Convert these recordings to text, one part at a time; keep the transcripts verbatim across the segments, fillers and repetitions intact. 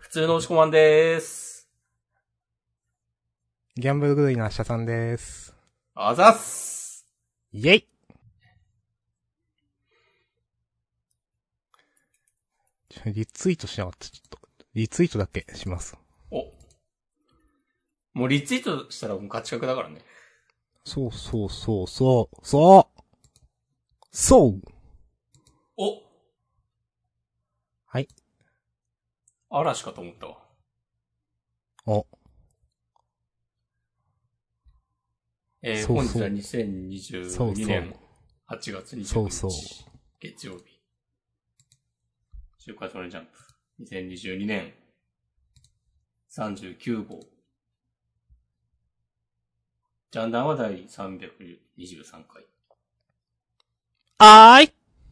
普通の押し込まんでーす。 ギャンブル狂いの明日さんです。 あざっす。 イェイ。ちょリツイートしなかった。ちょっと、リツイートだけします。 お。もうリツイートしたらもうガチ角だからね。 そうそうそうそう、そうそうお。 はい。 嵐かと思ったわ。 お。 えー、 そうそう本日はにせんにじゅうにねんはちがつにじゅうくにち。 そうそう月曜日。週刊少年ジャンプ。にせんにじゅうにねんさんじゅうきゅうごう。ジャンダンはだいさんびゃくにじゅうさんかい。 あーい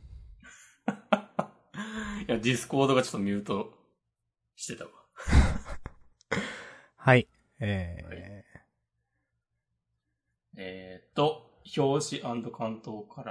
いや、ディスコードがちょっとミュートしてたわ。 はい。えー。 はいえーっと、表紙関東から、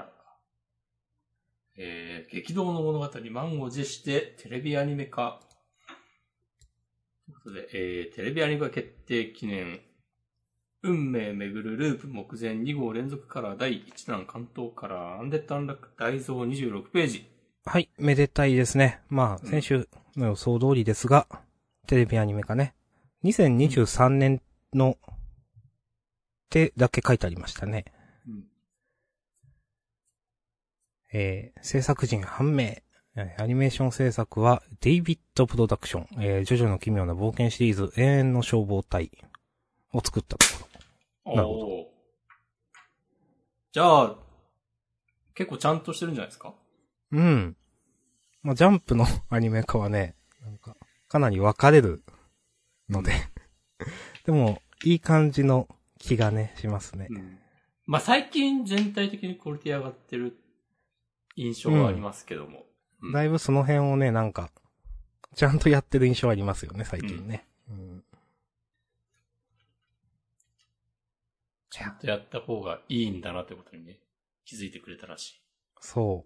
えー、激動の物語、満を持してテレビアニメ化。ということで、えー、テレビアニメ化決定記念、運命めぐるループ目前にごう連続カラーだいいちだん関東カラー、アンデッドアンラック大蔵にじゅうろくページ。 はい、めでたいですね。まあ、先週の予想通りですが、うん、テレビアニメ化ね。にせんにじゅうさんねんの、ってだけ書いてありましたね。うん、えー、制作陣判明。アニメーション制作はデイビッドプロダクション。えー、ジョジョの奇妙な冒険シリーズ永遠の消防隊を作ったところ。なるほど。 じゃあ、結構ちゃんとしてるんじゃないですか？ うん。まあ、ジャンプのアニメ化はね、なんか、かなり分かれるので、でも、いい感じの気がね、しますね。うん、 まあ、最近全体的にクオリティ上がってる印象はありますけども。 うんうん、だいぶその辺をね、なんか、ちゃんとやってる印象ありますよね、最近ね。うんうん、 ちゃんとやった方がいいんだなってことにね、気づいてくれたらしい。 そう。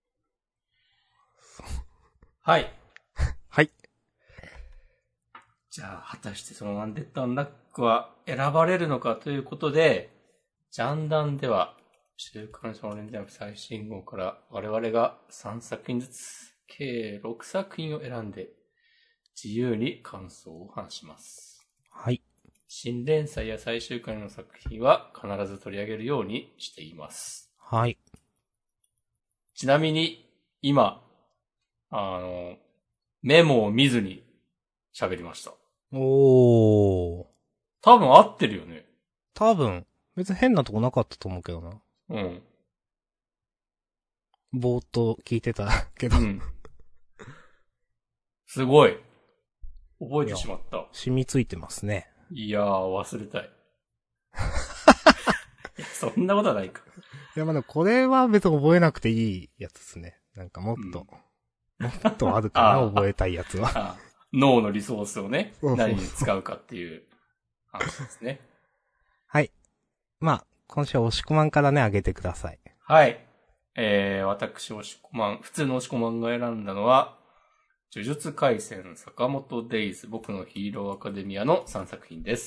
はい。 はい。 じゃあ、果たしてそのアンデッドアンラックは選ばれるのかということで、ジャンダンでは、週刊少年ジャンプ最新号から我々がさんさく品ずつ、計ろくさく品を選んで、自由に感想を話します。 はい。 新連載や最終回の作品は必ず取り上げるようにしています。 はい。 ちなみに、今、あの、メモを見ずに喋りました。 おー。 多分合ってるよね。 多分。別に変なとこなかったと思うけどな。 うん。 ぼーっと聞いてたけど。うん。 すごい。覚えてしまった。 染みついてますね。 いやー、忘れたい。いやそんなことはないか。 いや、まだこれは別に覚えなくていいやつですね。なんかもっと、うん、もっとあるかな、覚えたいやつは。 ああ脳のリソースをね、そうそうそう何に使うかっていう話ですね。 はい。まあ、今週は押し込まんからね、あげてください。 はい。えー、私、押し込まん、普通の押し込まんが選んだのは、呪術廻戦、坂本デイズ、僕のヒーローアカデミアのさんさく品です。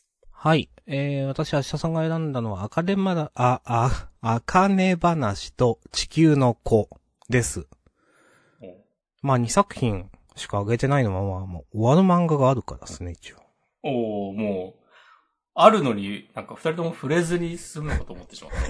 はい。えー、私、明日さんが選んだのは、あかねまだ、あ、あ、あかね話と地球の子です。まあ、にさく品しかあげてないのは、まあ、もう終わる漫画があるからですね、一応。 おー、もう、あるのになんか二人とも触れずに進むのかと思ってしまった。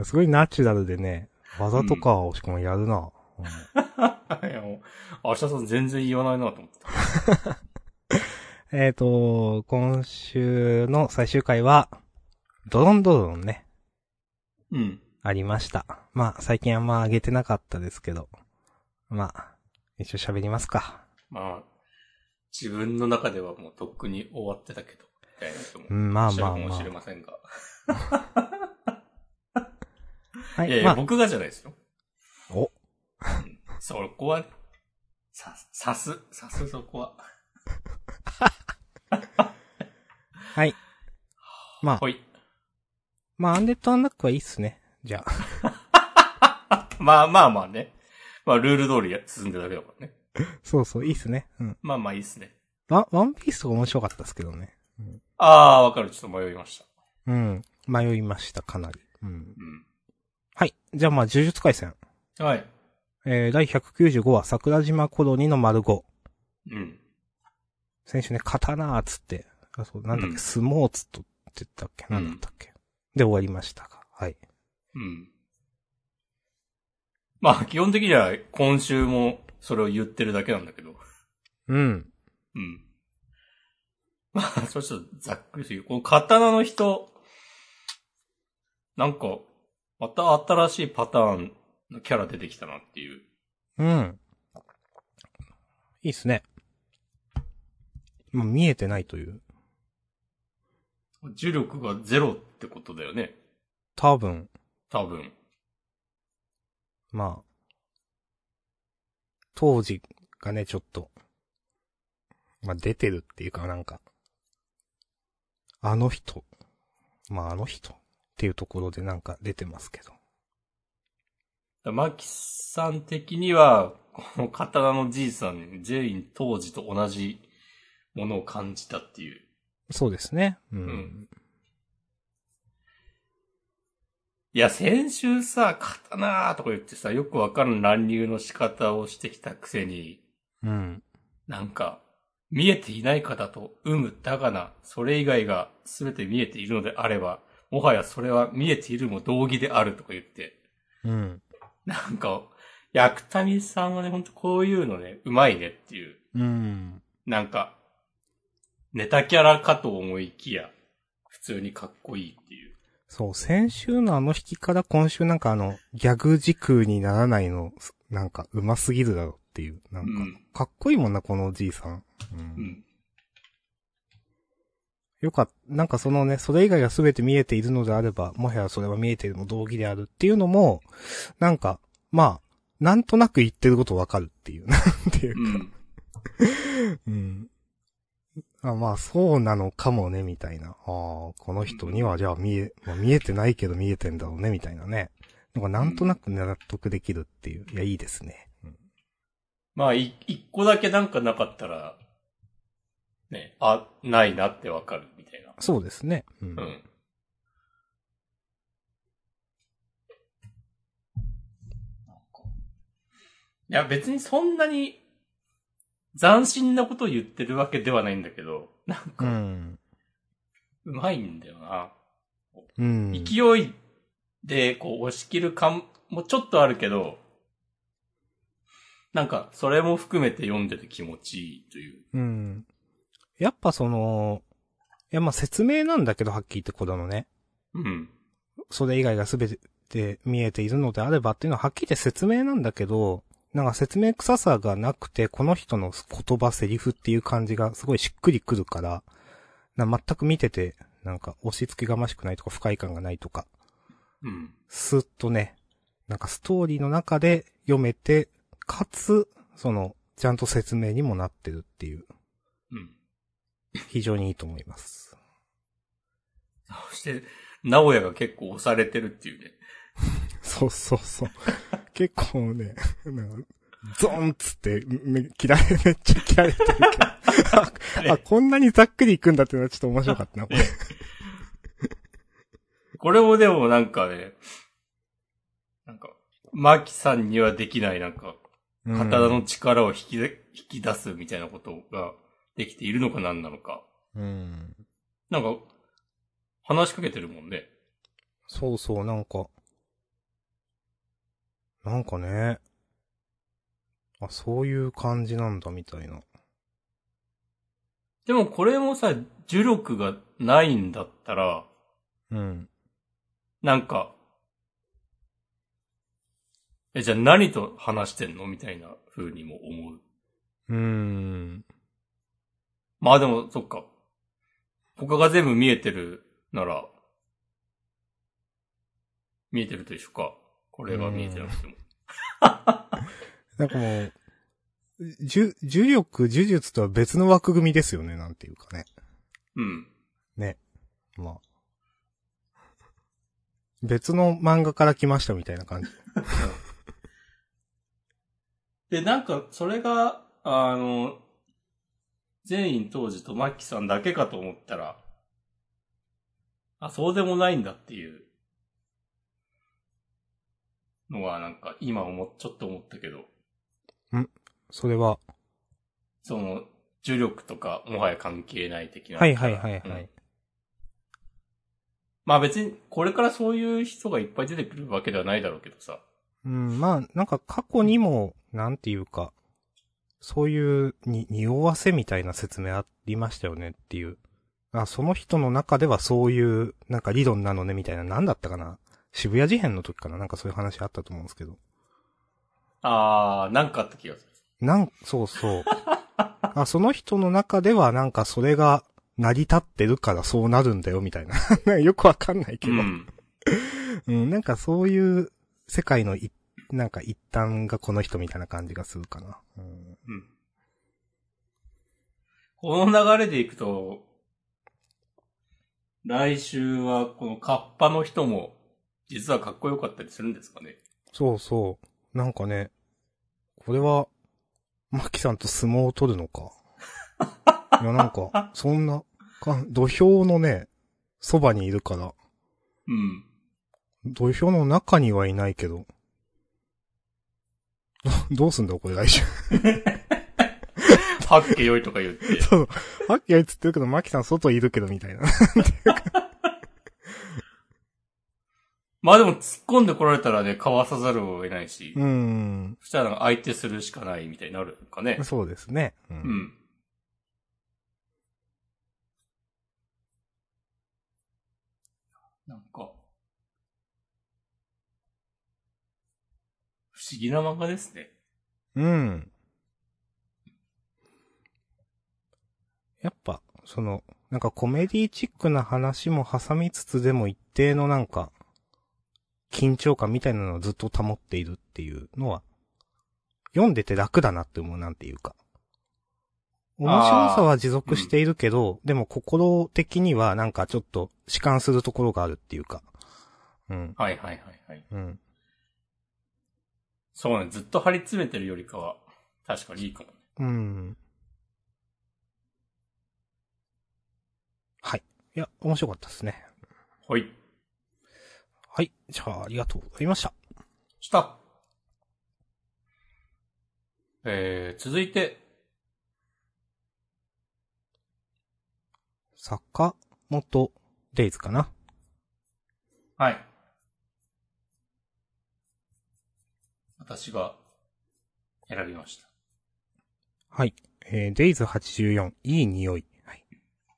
すごいナチュラルでね、技とか押し込まんやるな。 うん、いやもう、明日さん全然言わないなと思ってた。 えっと、今週の最終回は、ドロンドロンね。 うん。 ありました。まあ、最近あんま上げてなかったですけど。まあ、一応喋りますか。 まあ、自分の中ではもうとっくに終わってたけど、みたいな人も。 うん、まあまあまあ。 かもしれませんが。 はい。 いやいや、まあ、僕がじゃないですよ。 お、うん、 そこは、さ、さす、さすそこは。 はい。まあ。 ほい。 まあ、アンデッドアンラックはいいっすね。じゃあ。まあまあまあね。 まあ、ルール通り進んでるだけだからね。 そうそう、いいっすね。うん。 まあまあいいっすね。 ワワンピースとか面白かったですけどね。うん、 ああ、わかる。ちょっと迷いました。 うん。迷いました、かなり。うん。うん、はい。じゃあまあ、呪術廻戦。 はい。 えー、だいひゃくきゅうじゅうごわ、桜島コロニの丸ご。 うん。 先週ね、刀ーっつって、あ、そう、なんだっけ、うん、相撲つとって言ったっけ、なんだったっけ、うん、で終わりましたが。はい。 うん。まあ、基本的には今週もそれを言ってるだけなんだけど。 うん。 うん。まあ、そしたらざっくりすぎる。この刀の人、なんか、また新しいパターンのキャラ出てきたなっていう。 うん。いいっすね。もう見えてないという。 呪力がゼロってことだよね。 多分。 多分。 まあ。当時がね、ちょっと。まあ出てるっていうかなんか。あの人。まああの人。っていうところでなんか出てますけど。 マキさん的には、この刀のじいさん、全員当時と同じものを感じたっていう。 そうですね。うん。うん、 いや、先週さ、刀とか言ってさ、よくわかんない乱入の仕方をしてきたくせに、 うん。 なんか、見えていない方と、有無だがな、それ以外が全て見えているのであれば、もはやそれは見えているも同義であるとか言って。 うん。 なんか、薬谷さんはね、ほんとこういうのね、うまいねっていう。 うん。 なんか、ネタキャラかと思いきや、普通にかっこいいっていう。 そう、先週のあの引きから今週なんかあの、ギャグ時空にならないの、なんか上手すぎるだろっていう。なんか、うん、かっこいいもんな、このおじいさん。うん。うん、よかった。なんかそのね、それ以外が全て見えているのであれば、もはやそれは見えているも同義であるっていうのも、なんか、まあ、なんとなく言ってることわかるっていう、なんていうか。うん。うんあまあ、そうなのかもね、みたいな。ああ、この人にはじゃあ見え、まあ、見えてないけど見えてんだろうね、みたいなね。なんかなんとなく納得できるっていう。いや、いいですね。うん、 まあ、い、一個だけなんかなかったら、ね、あ、ないなってわかる、みたいな。 そうですね。うん。うん、 いや、別にそんなに、斬新なことを言ってるわけではないんだけど、なんか、うん、うまいんだよな。 うん。 勢いで、こう、押し切る感もちょっとあるけど、なんか、それも含めて読んでて気持ちいいという。 うん。やっぱその、いやまあ説明なんだけど、はっきり言ってこだのね。 うん。 それ以外がすべて見えているのであればっていうのははっきり言って説明なんだけど、なんか説明臭さがなくて、この人の言葉、セリフっていう感じがすごいしっくりくるから、な全く見てて、なんか押し付けがましくないとか不快感がないとか。 うん。 スッとね、なんかストーリーの中で読めて、かつ、その、ちゃんと説明にもなってるっていう。 うん。 非常にいいと思います。 そして、直哉が結構押されてるっていうね。 そうそうそう。結構ね、なんかゾーンっつって、め、切られ、めっちゃ切られてるけどあ。あ、こんなにざっくりいくんだっていうのはちょっと面白かったな、これ。 これもでもなんかね、なんか、マキさんにはできないなんか、刀の力を引き、引き出すみたいなことができているのか何なのか。 うん。 なんか、話しかけてるもんね。 そうそう、なんか、なんかね、あ、そういう感じなんだみたいな。 でもこれもさ、呪力がないんだったら、 うん。 なんか、え、じゃあ何と話してんのみたいな風にも思う。 うーん。 まあでも、そっか。他が全部見えてるなら、見えてると一緒か。これが見えてなくても。 なんかもう、呪、呪力、呪術とは別の枠組みですよね、なんていうかね。 うん。 ね。まあ。別の漫画から来ましたみたいな感じ。 で、なんか、それが、あの、全員当時とマッキさんだけかと思ったら、あ、そうでもないんだっていうのはなんか今思ちょっと思ったけど。 んそれは。 その、重力とかもはや関係ない的な。 はいはいはいはい。うん、 まあ別に、これからそういう人がいっぱい出てくるわけではないだろうけどさ。 うん、まあ、なんか過去にも、なんていうか、そういうに、匂わせみたいな説明ありましたよねっていう。あ、その人の中ではそういう、なんか理論なのねみたいな、なんだったかな。渋谷事変の時かな、なんかそういう話あったと思うんですけど。 あー、なんかあった気がする。 なん、そうそう。あ、その人の中ではなんかそれが成り立ってるからそうなるんだよみたいな。よくわかんないけど。うん、うん。なんかそういう世界のい、なんか一端がこの人みたいな感じがするかな。うん。うん、 この流れでいくと、来週はこのカッパの人も実はかっこよかったりするんですかね。 そうそう。なんかね、これは、マキさんと相撲を取るのか。いやなんか、そんなか、土俵のね、そばにいるから。 うん。 土俵の中にはいないけど。ど、どうすんだよ、これ来週。 はっけよいとか言って。 そう。はっけよいっつってるけど、マキさん外いるけど、みたいな。 まあでも突っ込んでこられたらね、かわさざるを得ないし。 うん。 そしたら相手するしかないみたいになるかね。 そうですね。 うん。うん、なんか、不思議な漫画ですね。 うん。やっぱ、その、なんかコメディチックな話も挟みつつでも一定のなんか、緊張感みたいなのをずっと保っているっていうのは、読んでて楽だなって思う、なんていうか。面白さは持続しているけど、うん、でも心的にはなんかちょっと弛緩するところがあるっていうか。うん。 はいはいはいはい。 うん。 そうね、ずっと張り詰めてるよりかは、確かにいいかもね。 うん。はい。いや、面白かったですね。 はい。 はい。じゃあ、ありがとうございました。 した。えー、続いて。 坂本デイズかな。 はい。私が選びました。 はい。えー、デイズはちじゅうよん、いい匂い。はい。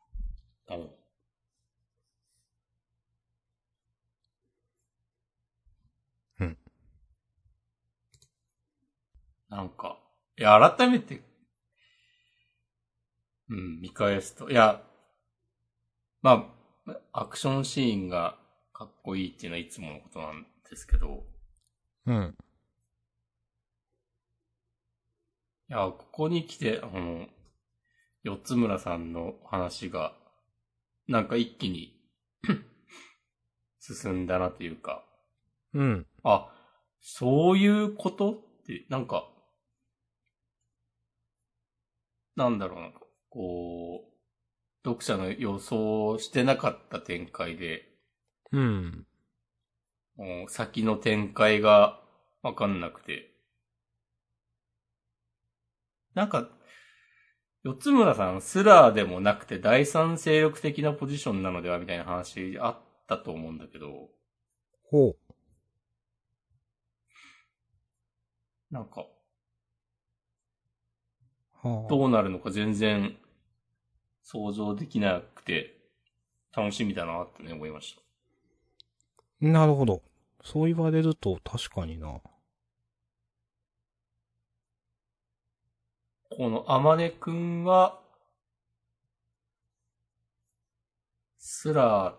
うん。 なんか、いや、改めて、うん、見返すと、いや、まあ、アクションシーンがかっこいいっていうのはいつものことなんですけど、 うん。 いや、ここに来て、あの、四つ村さんの話が、なんか一気に進んだなというか、 うん。 あ、そういうことって、なんか、なんだろうな、こう、読者の予想してなかった展開で、 うん。 もう先の展開がわかんなくて、なんか、四つ村さん、スラーでもなくて第三勢力的なポジションなのではみたいな話あったと思うんだけど。 ほう。 なんか、 はあ、 どうなるのか全然想像できなくて楽しみだなってね思いました。 なるほど。そう言われると確かにな。 このあまねくんは、スラ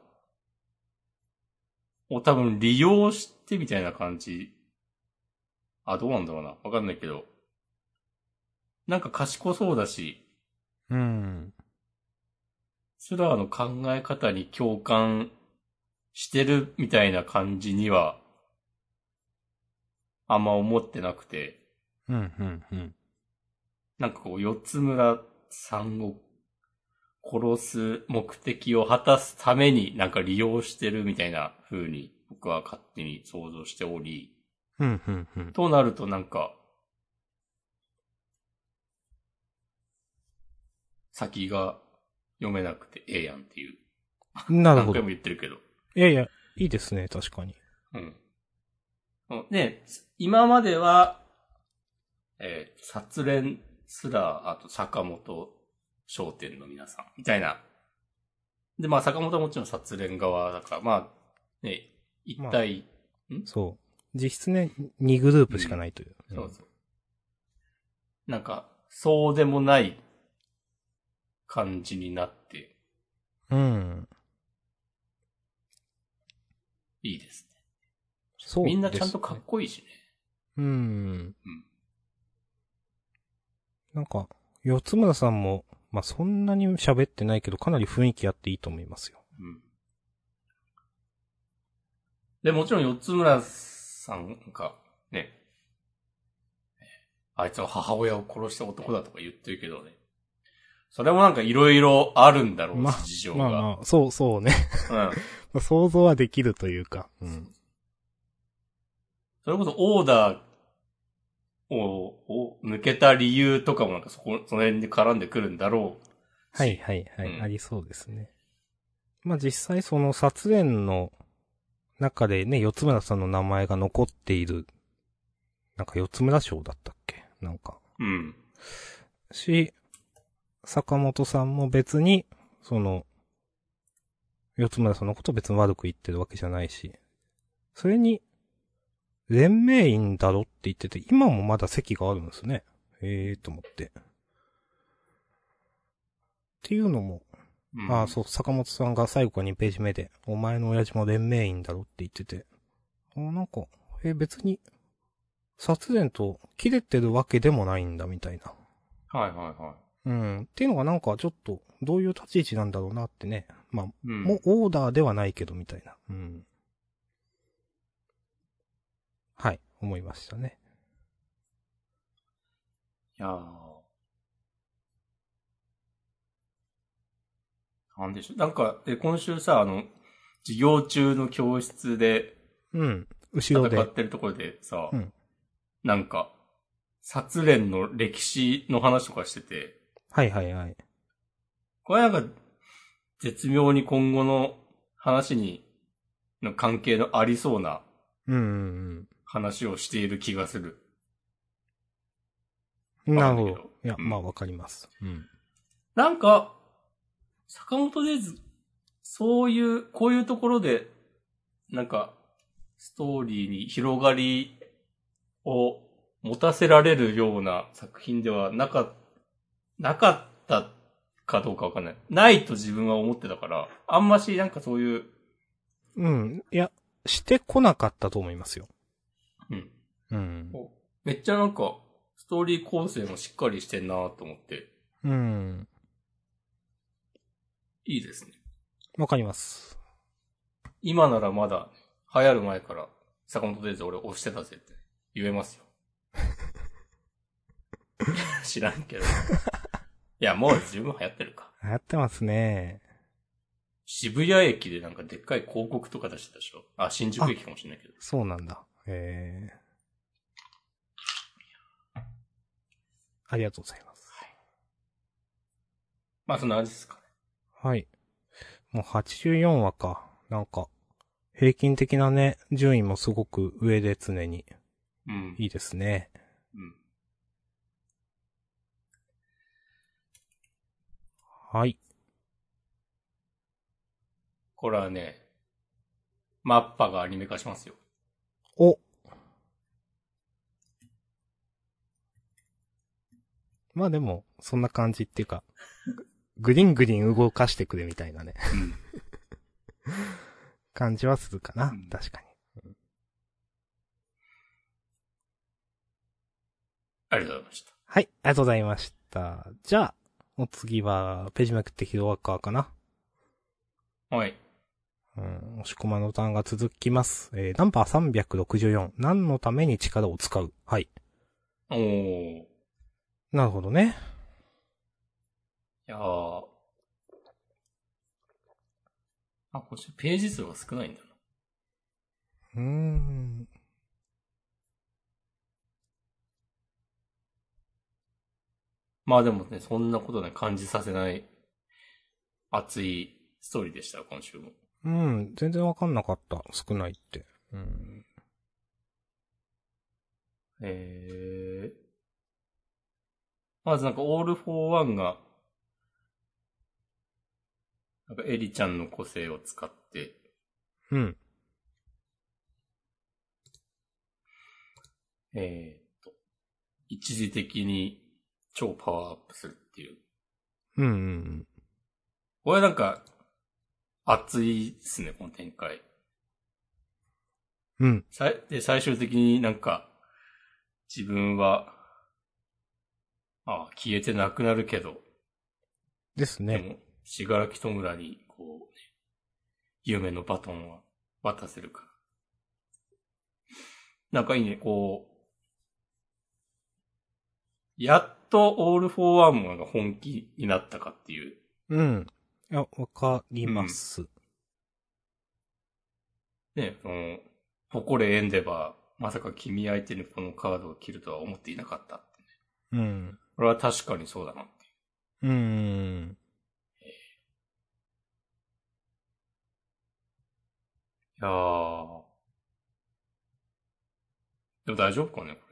ーを多分利用してみたいな感じ。あ、どうなんだろうな。わかんないけど。なんか賢そうだし。 うん。 スラーの考え方に共感してるみたいな感じには、あんま思ってなくて。 うん、うん、うん。 なんかこう、四つ村さんを殺す目的を果たすためになんか利用してるみたいな風に僕は勝手に想像しており、 うん、うん、うん。 となるとなんか、先が読めなくてええやんっていう。 なるほど。 何回も言ってるけど。 いやいや、いいですね、確かに。 うん。で、今までは、えー、殺練すら、あと坂本商店の皆さん、みたいな。で、まあ坂本はもちろん殺練側だから、まあ、ね、一体、 まあ、んそう。実質ね、にグループしかないという。 うん、そうそう。なんか、そうでもない感じになって。 うん。 いいですね。 そうですね。 みんなちゃんとかっこいいしね。 うん。うん。なんか、四つ村さんも、まあ、そんなに喋ってないけど、かなり雰囲気あっていいと思いますよ。 うん。で、もちろん四つ村さんが、ね、あいつは母親を殺した男だとか言ってるけどね。それもなんかいろいろあるんだろうし、 まあ、 事情が。 まあまあ、そうそうね。うん。想像はできるというか。うん。 それこそオーダーを、を抜けた理由とかもなんかそこ、その辺に絡んでくるんだろう。 はいはいはい、 うん、 ありそうですね。まあ実際その殺練の中でね、四つ村さんの名前が残っている、なんか四つ村賞だったっけなんか。 うん。 し、坂本さんも別に、その、四つ村さんのこと別に悪く言ってるわけじゃないし、それに、連盟員だろって言ってて、今もまだ席があるんですね。ええーと思って。っていうのも、うん、ああ、そう、坂本さんが最後にページ目で、お前の親父も連盟員だろって言ってて、あなんか、えー、別に、殺練と切れてるわけでもないんだみたいな。 はいはいはい。 うん。っていうのがなんかちょっと、どういう立ち位置なんだろうなってね。まあ、 うん、 もうオーダーではないけどみたいな。うん。はい、思いましたね。 いやー。なんでしょう。なんか、え、今週さ、あの、授業中の教室で、 うん。後ろで。 戦ってるところでさ、 うん。 なんか、殺練の歴史の話とかしてて。 はいはいはい。 これなんか、絶妙に今後の話に、の関係のありそうな、 うんうん話をしている気がする。 うん。なるほど。いや、 うん、 まあわかります。うん。 なんか、坂本デイズ、そういう、こういうところで、なんか、ストーリーに広がりを持たせられるような作品ではなか、なかったかどうかわかんない。ないと自分は思ってたから、あんましなんかそういう。 うん。いや、してこなかったと思いますよ。 うん。 うん。 めっちゃなんか、ストーリー構成もしっかりしてんなと思って。 うん。 いいですね。 わかります。 今ならまだ、流行る前から、坂本デイズ俺推してたぜって言えますよ。知らんけど。いや、もう十分流行ってるか。 流行ってますね。 渋谷駅でなんかでっかい広告とか出してたでしょ。あ、新宿駅かもしれないけど。 そうなんだ。えー。ありがとうございます。はい。 まあ、そんな感じですかね。 はい。もうはちじゅうよんわか。なんか、平均的なね、順位もすごく上で常に。 うん。 いいですね。 うん。 はい。 これはね、マッパがアニメ化しますよ。 お。まあでも、そんな感じっていうか、グリングリン動かしてくれみたいなね。うん。感じはするかな。うん、確かに、うん。 ありがとうございました。 はい、ありがとうございました。じゃあ、お次は、ページめくってヒロワーカーかな。 はい。 うん、押し込まのターンが続きます。えー、ナンバーさんびゃくろくじゅうよん。何のために力を使う。はい。 おー。 なるほどね。 いやー。あ、こっちページ数が少ないんだな。 うーん。 まあでもね、そんなことね、感じさせない熱いストーリーでした、今週も。 うん、全然わかんなかった。少ないって。うん。 えー。まずなんか、オールフォーワンが、なんか、エリちゃんの個性を使って、 うん。 えーと、一時的に超パワーアップするっていう。 うんうんうん。 これなんか、熱いっすね、この展開。 うん。 さいで、最終的になんか、自分は、ああ、消えてなくなるけど、 ですね。 でも、しがらき弔に、こう、ね、夢のバトンは渡せるから。なんかいいね、こう、やっとオールフォーワンもなんか本気になったかっていう。 うん。いや、わかりまうん。 す。 ね、その、誇れエンデバー、まさか君相手にこのカードを切るとは思っていなかったってね。 うん。 これは確かにそうだなって。 うーん。 いやー。でも大丈夫かね、こ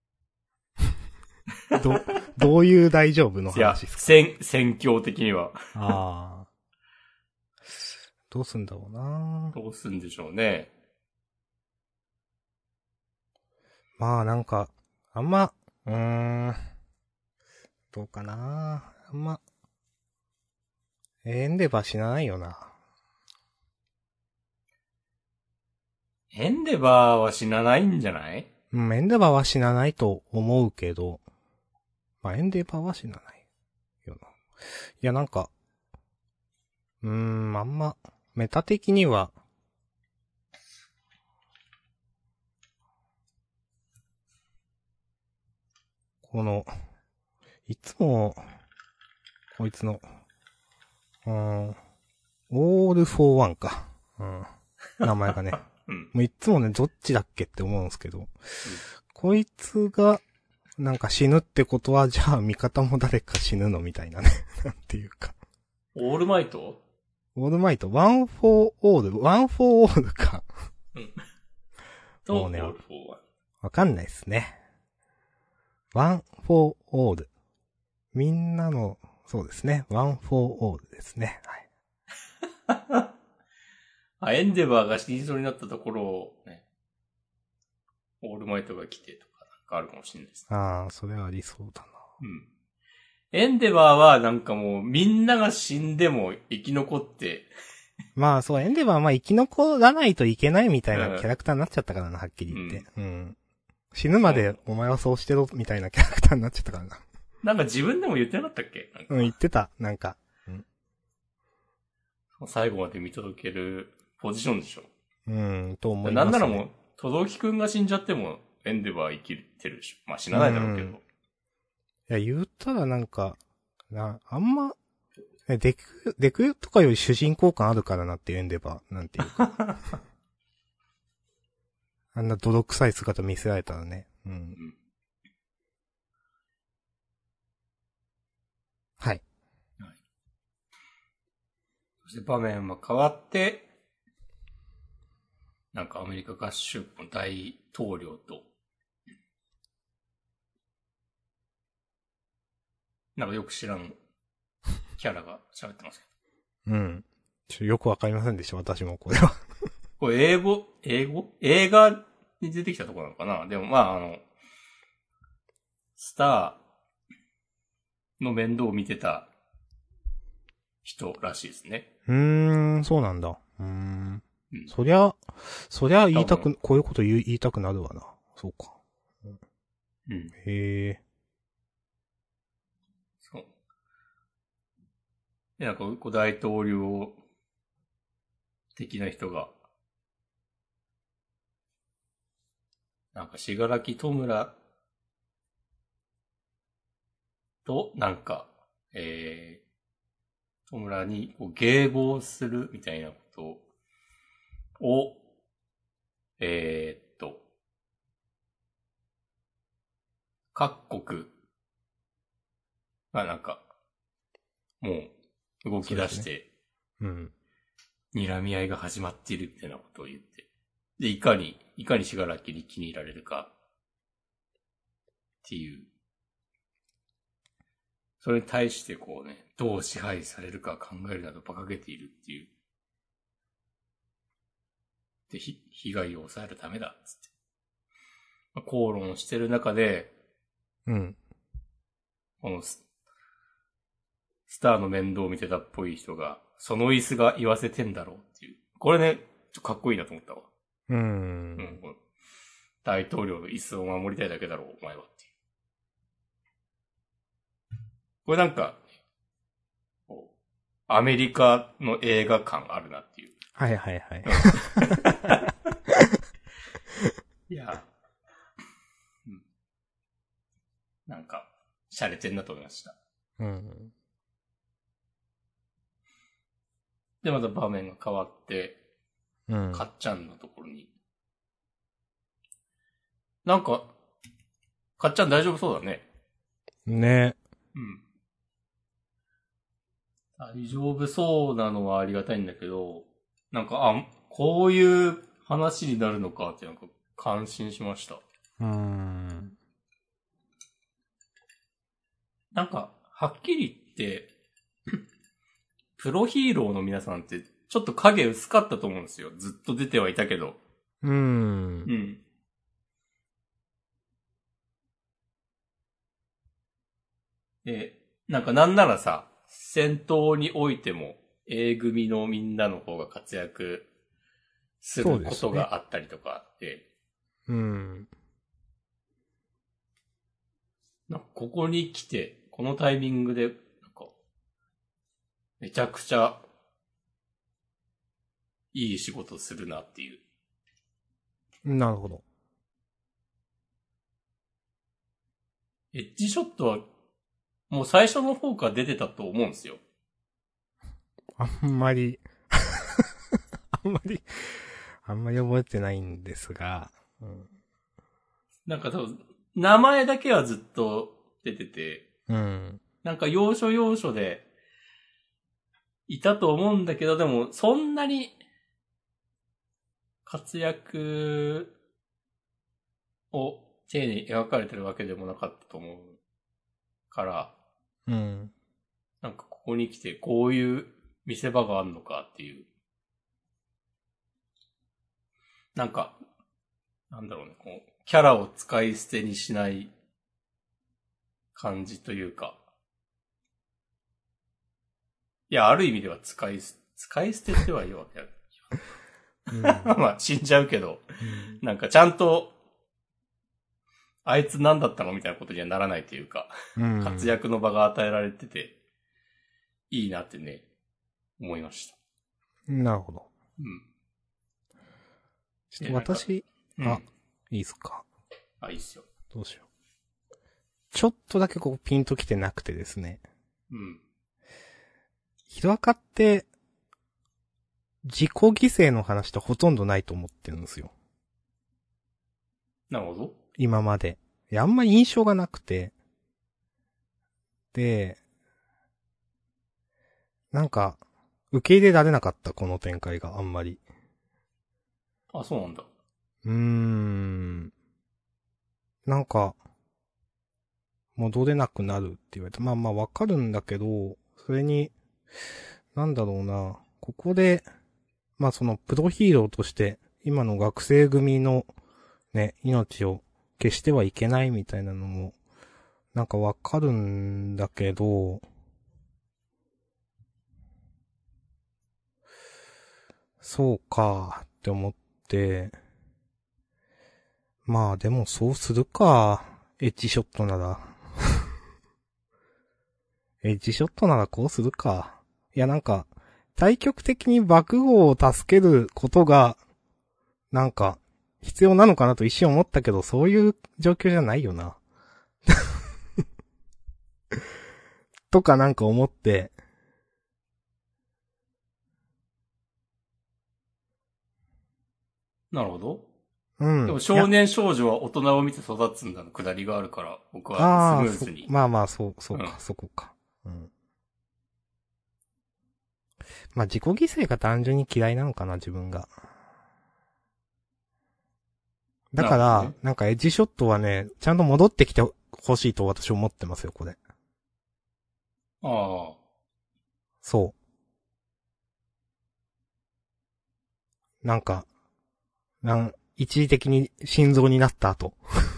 ど、どういう大丈夫のれ。いや、 話ですか？ 戦、戦況的には。 ああ。どうすんだろうな。 どうすんでしょうね。 まあなんか、あんま、うーん、どうかな。あんま、エンデバー死なないよな。 エンデバーは死なないんじゃない？ うん、エンデバーは死なないと思うけど、まあエンデバーは死なないよな。いやなんか、うーん、あんま、メタ的には、この、いつも、こいつの、うーん、オールフォーワンか。うん。名前がね。 うん。 もういつもね、どっちだっけって思うんですけど、うん、こいつが、なんか死ぬってことは、じゃあ味方も誰か死ぬのみたいなね。なんていうか。 オールマイト？ オールマイト、ワンフォーオール、ワンフォーオールか。 うん。と、 もうね、 オールフォーワン。 わかんないっすね。ワンフォーオール。みんなの、そうですね。ワンフォーオールですね。はい。 あ、エンデバーが死にそうになったところを、ね、オールマイトが来てとか、なんかあるかもしれないです。 ああ、それはありそうだな。 うん。エンデバーはなんかもうみんなが死んでも生き残って、 まあそう、エンデバーはまあ生き残らないといけないみたいなうんキャラクターになっちゃったからな、はっきり言って。 ううん。死ぬまでお前はそうしてろ、みたいなキャラクターになっちゃったからな。 なんか自分でも言ってなかったっけ？なんかうん、言ってた。なんか。うん。 最後まで見届けるポジションでしょ。 うん、と思います、ね。 なんならもう、とどきくんが死んじゃっても、エンデバー生きてるでしょ。まあ死なないだろうけど。 いや、言ったらなんか、な、あんま、えデク、デクとかより主人公感あるからなっていうエンデバー、なんていうか。あんな泥臭い姿見せられたらね。うん。うん、はい。 はい。そして場面は変わって、なんかアメリカ合衆国の大統領と、なんかよく知らんキャラが喋ってますけうん。ちょよくわかりませんでした、私もこれは。 ど。これ英語英語映画に出てきたところなのかな？でもまああの、スターの面倒を見てた人らしいですね。 うーん、そうなんだ。うーん。 うん。 そりゃ、そりゃ言いた多く、こういうこと言い言いたくなるわな。そうか。 うん。 へえ。 そう。で、なんか、こう大統領的な人が、なんか、しがらき弔と、なんか、えー、戸村にこう迎合するみたいなことを、えー、っと、各国がなんか、もう動き出して、 うん。 睨み合いが始まっているみたいなことを言って。で、いかに、いかにしがらきに気に入られるか、っていう。それに対してこうね、どう支配されるか考えるなど馬鹿げているっていう。で、ひ、被害を抑えるためだ、つって。まあ、口論してる中で、 うん。 このス、スターの面倒を見てたっぽい人が、その椅子が言わせてんだろうっていう。これね、ちょっとかっこいいなと思ったわ。 うーん。 うん。大統領の椅子を守りたいだけだろう、お前はっていう。これなんか、アメリカの映画感あるなっていう。 はいはいはい。 いや、うん、なんか、洒落てんなと思いました。 うん。 で、また場面が変わって、 うん。 かっちゃんのところに。なんか、かっちゃん大丈夫そうだね。 ね。 うん。大丈夫そうなのはありがたいんだけど、なんか、あ、こういう話になるのかってなんか感心しました。 うーん。 なんか、はっきり言って、プロヒーローの皆さんってちょっと影薄かったと思うんですよ。ずっと出てはいたけど。 うーん。 うん。で、なんかなんならさ、戦闘においても A 組のみんなの方が活躍することがあったりとかあって、 う、ね、うん。 なんかここに来て、このタイミングで、なんか、めちゃくちゃいい仕事するなっていう。 なるほど。 エッジショットは、もう最初の方から出てたと思うんですよ。 あんまり、あんまり、あんまり覚えてないんですが、うん、 なんか多分、名前だけはずっと出てて、 うん。 なんか要所要所で、いたと思うんだけど、でも、そんなに、活躍を丁寧に描かれてるわけでもなかったと思うから、 うん。 なんかここに来てこういう見せ場があるのかっていう。なんか、なんだろうね、こう、キャラを使い捨てにしない感じというか。いや、ある意味では使い、使い捨てっては言うわけだ。うん、まあ、死んじゃうけど、うん、なんかちゃんと、あいつ何だったのみたいなことにはならないというか、うん、活躍の場が与えられてて、いいなってね、思いました。 なるほど。 うん。 ちょっと私、あ、うん、いいっすか。 あ、いいっすよ。 どうしよう。ちょっとだけこうピンときてなくてですね。 うん。 ヒロアカって、自己犠牲の話ってほとんどないと思ってるんですよ。 なるほど。 今まで。いや、あんま印象がなくて。で、なんか、受け入れられなかった、この展開があんまり。 あ、そうなんだ。 うーん。なんか、戻れなくなるって言われて、まあまあわかるんだけど、それに、なんだろうな、ここで、まあそのプロヒーローとして、今の学生組のね、命を消してはいけないみたいなのも、なんかわかるんだけど、そうかって思って、まあでもそうするか、エッジショットなら。エッジショットならこうするか。いやなんか、対極的に爆豪を助けることが、なんか、必要なのかなと一瞬思ったけど、そういう状況じゃないよな。 とかなんか思って。 なるほど。 うん。 でも少年少女は大人を見て育つんだのくだりがあるから、僕はスムーズに。 あまあまあ、そう、そうか、 うん、 そこか。うん。まあ自己犠牲が単純に嫌いなのかな、自分が。だから、な, ね、なんかエッジショットはね、ちゃんと戻ってきてほしいと私思ってますよ、これ。 ああ。 そう。なんか、なん、一時的に心臓になった後。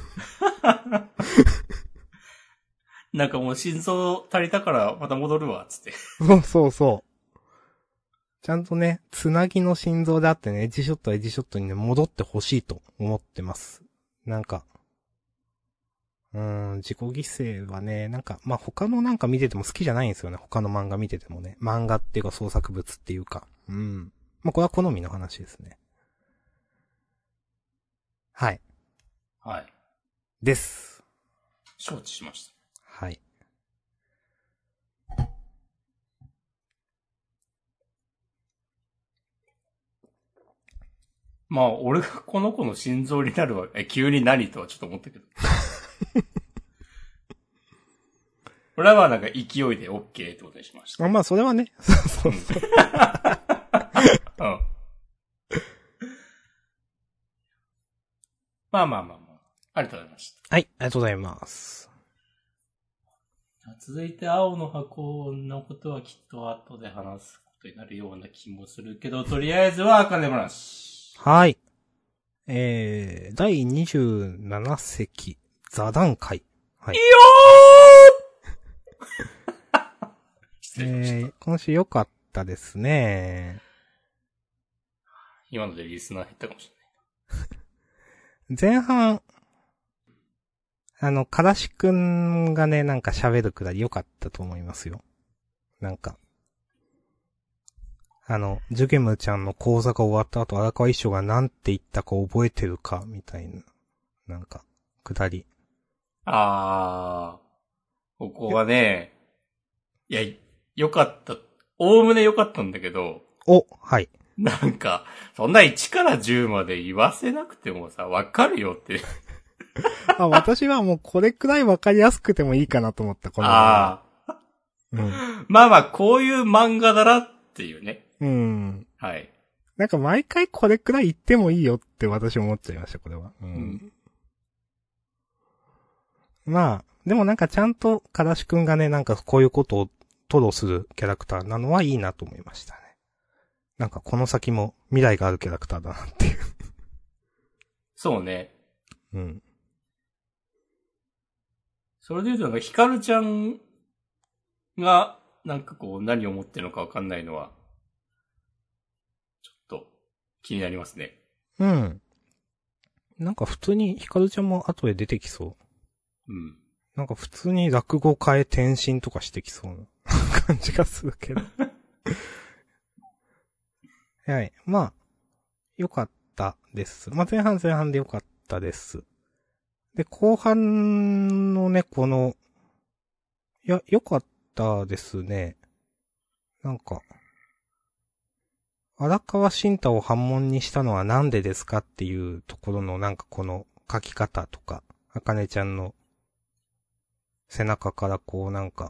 なんかもう心臓足りたからまた戻るわ、つって。 そうそうそう。ちゃんとね、つなぎの心臓であってね、エッジショットはエッジショットにね、戻ってほしいと思ってます。なんか、うーん、自己犠牲はね、なんか、まあ、他のなんか見てても好きじゃないんですよね。他の漫画見ててもね。漫画っていうか創作物っていうか。うん。まあ、これは好みの話ですね。はい。 はい。 です。 承知しました。 はい。 まあ、俺がこの子の心臓になるわ。え、急に何とはちょっと思ったけど。俺はなんか勢いで OK ってことにしました。 あまあ、それはね。そうそうそう。 うん。まあまあまあまあ。ありがとうございました。 はい、ありがとうございます。 続いて、青の箱のことはきっと後で話すことになるような気もするけど、とりあえずは、あかね話。 はい。えー、だいにじゅうなな席、座談会。はい。いいよー失礼しました。えー、今週良かったですね。 今のでリスナー減ったかもしれない。前半、あの、からしくんがね、なんか喋るくらい良かったと思いますよ。なんか。あの、ジュゲムちゃんの講座が終わった後、荒川一生がなんて言ったか覚えてるか、みたいな。なんか、くだり。 あー。ここはね、いや、良かった。おおむね良かったんだけど。 お、はい。 なんか、そんないちからじゅうまで言わせなくてもさ、わかるよって。 あ、私はもうこれくらいわかりやすくてもいいかなと思った、この。ああ。うん。 まあまあ、こういう漫画だなっていうね。 うん。 はい。 なんか毎回これくらい言ってもいいよって私思っちゃいました、これは。うん。うん、まあ、でもなんかちゃんとからしくんがね、なんかこういうことを吐露するキャラクターなのはいいなと思いましたね。なんかこの先も未来があるキャラクターだなっていう。 そうね。 うん。 それで言うとなんかヒカルちゃんがなんかこう何を思ってるのかわかんないのはちょっと気になりますね。 うん。なんか普通にヒカルちゃんも後で出てきそう。 うん。 なんか普通に落語変え転身とかしてきそうな感じがするけど。はい。まあ、良かったです。まあ前半前半で良かったです。で、後半のね、この、いや、良かったですね。なんか、荒川慎太を反問にしたのはなんでですかっていうところのなんかこの書き方とか、あかねちゃんの背中からこうなんか、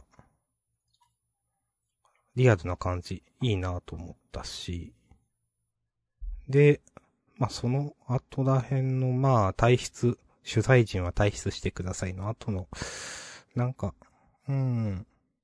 リアルな感じ、いいなと思ったし、で、まあ、その後ら辺のまあ、退出、取材陣は退出してくださいの後の、なんか、うーん。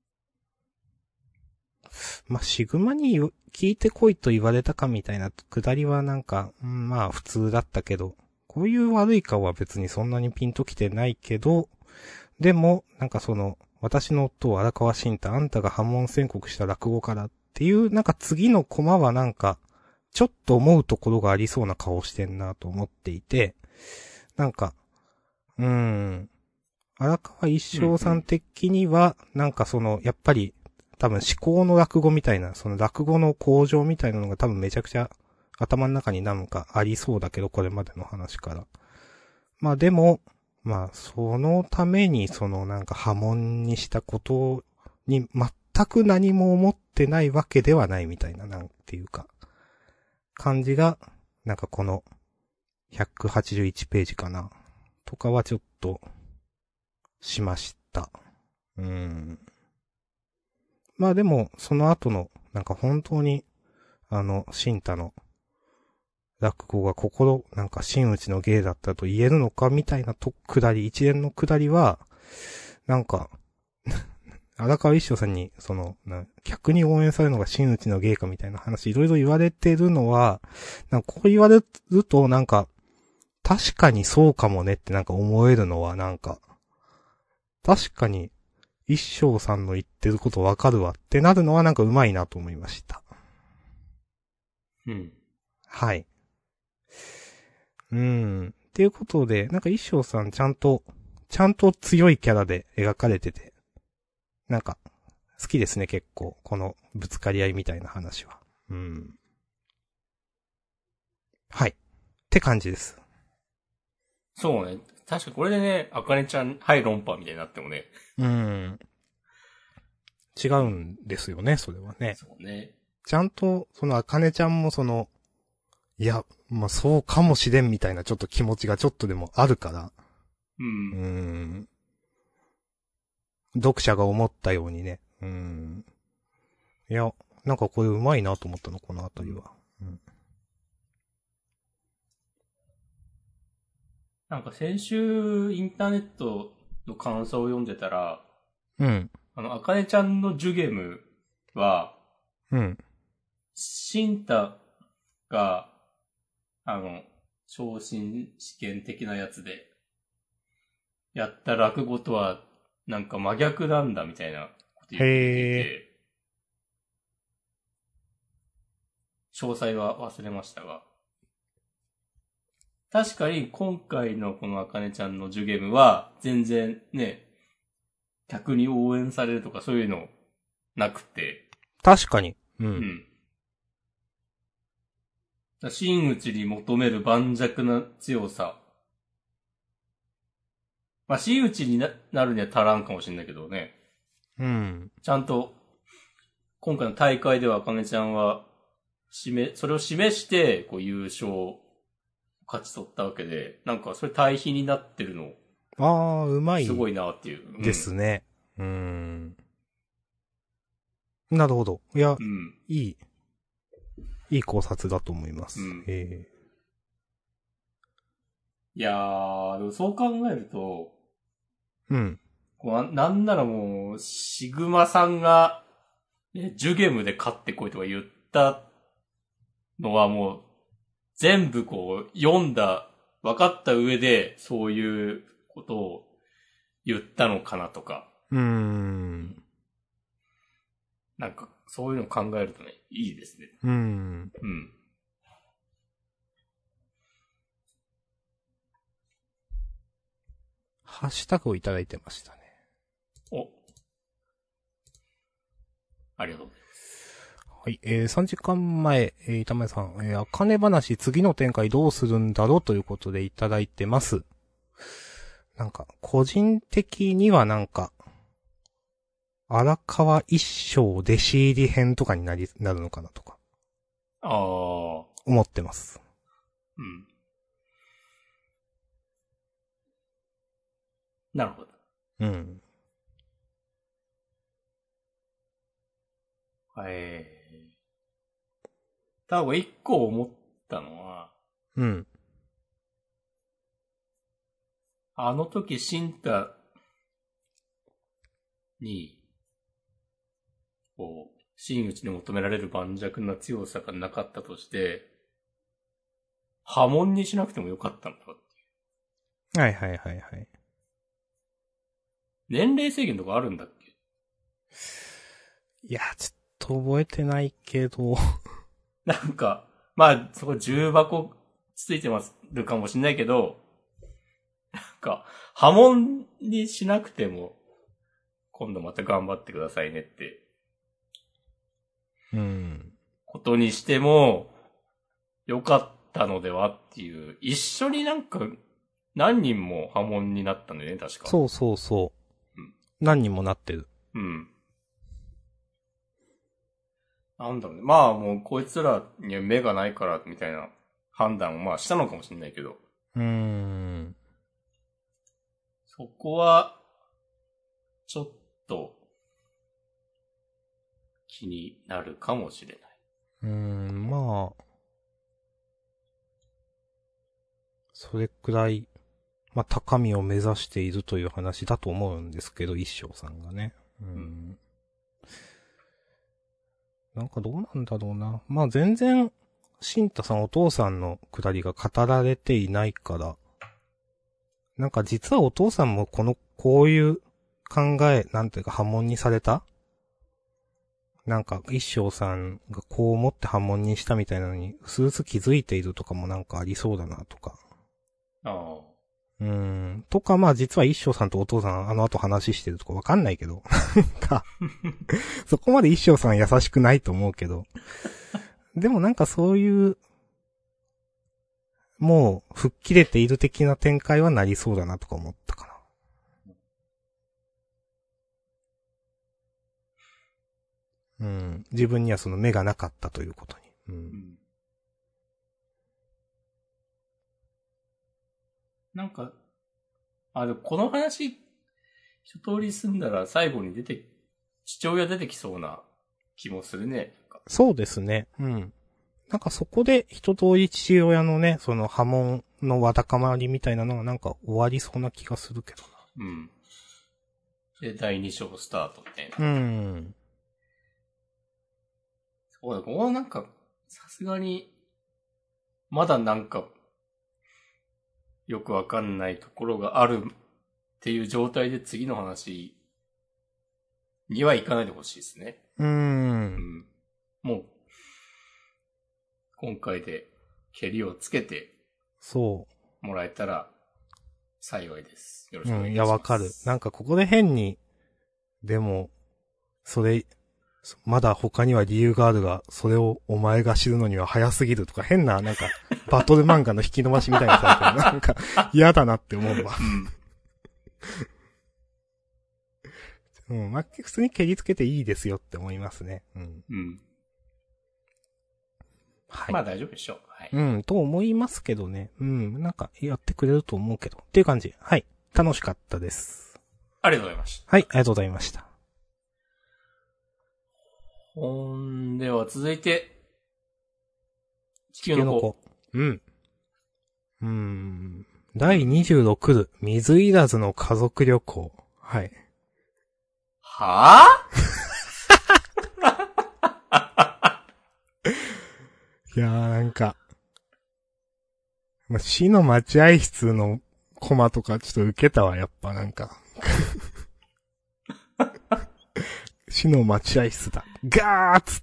まあ、シグマに聞いてこいと言われたかみたいなくだりはなんか、うん、まあ普通だったけど、こういう悪い顔は別にそんなにピンときてないけど、でも、なんかその、私の夫を荒川慎太、あんたが破門宣告した落語からっていう、なんか次のコマはなんか、ちょっと思うところがありそうな顔してんなと思っていて、なんか、うーん、荒川一生さん的には、なんかその、やっぱり、多分思考の落語みたいな、その落語の向上みたいなのが多分めちゃくちゃ頭の中になんかありそうだけど、これまでの話から。まあでも、まあそのためにそのなんか波紋にしたことに全く何も思ってないわけではないみたいな、なんていうか、感じが、なんかこの、ひゃくはちじゅういちページかな、とかはちょっと、しました。うーん。まあでも、その後の、なんか本当に、あの、新太の、落語が心、なんか真打ちの芸だったと言えるのかみたいなと、くだり、一連のくだりは、なんか、荒川一生さんに、その、な客に応援されるのが真打ちの芸かみたいな話、いろいろ言われてるのは、なんかこう言われると、なんか、確かにそうかもねってなんか思えるのは、なんか、確かに、一生さんの言ってることわかるわってなるのはなんかうまいなと思いました。 うん。 はい。うーん。っていうことで、なんか一生さんちゃんと、ちゃんと強いキャラで描かれてて、なんか、好きですね、結構。このぶつかり合いみたいな話は。うん。はい。って感じです。 そうね。確かこれでね、あかねちゃん、はい論破みたいになってもね。 うん。違うんですよね、それはね。 そうね。 ちゃんと、そのあかねちゃんもその、いや、まあそうかもしれんみたいなちょっと気持ちがちょっとでもあるから。 うん。 うーん。読者が思ったようにね。うーん。いや、なんかこれうまいなと思ったの、このあたりは。うん。 なんか先週、インターネットの感想を読んでたら、 うん。 あの、あかねちゃんのジュゲムは、 うん。 シンタが、あの、昇進試験的なやつで、やった落語とは、なんか真逆なんだみたいなこと言っていへて、詳細は忘れましたが、確かに今回のこのあかねちゃんのジュゲムは、全然ね、客に応援されるとかそういうのなくて、 ー。確かに。う。 うんん。真打ちに求める盤石な強さ。まあ、真打ちにななるには足らんかもしれないけどね。 うん。 ちゃんと、今回の大会ではあかねちゃんは、示、それを示して、こう優勝を勝ち取ったわけで、なんかそれ対比になってるの、 あー、うまい。 すごいなっていう。うん、 ですね。うーん。なるほど。いや、 うん。 いい、いい考察だと思います。 うん。 えいやー、でもそう考えると、 ー、うん。 こうななんならもう、シグマさんが、ね、ジュゲムで勝ってこいとか言ったのはもう、全部こう、読んだ、分かった上で、そういうことを言ったのかなとか。 うーん。 なんか、そういうのを考えるとね、いいですね。 うーん。 うん。 ハッシュタグをいただいてましたね。 お。ありがとうございます。 はい。えー、さんじかんまえ、えー、板前さん、えー、あかね話、次の展開どうするんだろうということでいただいてます。なんか、個人的にはなんか、荒川一生弟子入り編とかになり、なるのかなとか、 ああ。 思ってます。 うん。なるほど。 うん。 えー。多分一個思ったのは、 うん。 あの時シンタに、こう、真打ちに求められる盤石な強さがなかったとして、破門にしなくてもよかったのかっていう。 はいはいはいはい。 年齢制限とかあるんだっけ？ いや、ちょっと覚えてないけど。 なんか、まあ、そこ重箱ついてまするかもしれないけど、なんか、破門にしなくても、今度また頑張ってくださいねって、 うん。 ことにしても、よかったのではっていう、一緒になんか、何人も破門になったんだよね、確か。 そうそうそう。 うん何人もなってる。 うん。 なんだろうね。まあもうこいつらには目がないからみたいな判断をまあしたのかもしれないけど。 うーん。 そこは、ちょっと、気になるかもしれない。 うーん、まあ、それくらい、まあ高みを目指しているという話だと思うんですけど、一生さんがね。うん。うん、なんかどうなんだろうな。まあ全然、新太さんお父さんのくだりが語られていないから、なんか実はお父さんもこの、こういう考え、なんていうか波紋にされたなんか一生さんがこう思って波紋にしたみたいなのに、うすうす気づいているとかもなんかありそうだなとか。 ああ。 うーん。とかまあ実は一生さんとお父さんあの後話してるとかわかんないけど。なんか、そこまで一生さん優しくないと思うけど。でもなんかそういう、もう、吹っ切れている的な展開はなりそうだなとか思ったかな。うん。自分にはその目がなかったということに。うん。うん、 なんか、あ、でもこの話、一通り済んだら最後に出て、父親出てきそうな気もするね。 そうですね。うん。なんかそこで一通り父親のね、その波紋のわだかまりみたいなのがなんか終わりそうな気がするけどな。 うん。で、だいに章スタートみたいな。 うん。 そうだ、ここはなんか、さすがに、まだなんか、よくわかんないところがあるっていう状態で次の話には行かないでほしいですね。 うーん。うん。もう、今回で蹴りをつけて、 そう。 もらえたら幸いです。よろしうん、 くお願いします。 いや、わかる。なんかここで変に、でも、それ、まだ他には理由があるが、それをお前が知るのには早すぎるとか変な、なんか、バトル漫画の引き伸ばしみたいなされてる。なんか、嫌だなって思うわ。うん。まあ、普通に蹴りつけていいですよって思いますね。うん。 うん。 はい。 まあ大丈夫でしょう。はい。 うん、と思いますけどね。うん。なんか、やってくれると思うけど。っていう感じ。はい。楽しかったです。 ありがとうございました。 はい、ありがとうございました。 ほんでは続いて、地球の子。地球の子。 うん。うーん。だいにじゅうろく部、水いらずの家族旅行。はい。 はぁいやーなんか、まあ、死の待合室のコマとかちょっと受けたわ、やっぱなんか。死の待合室だ。ガーっつって。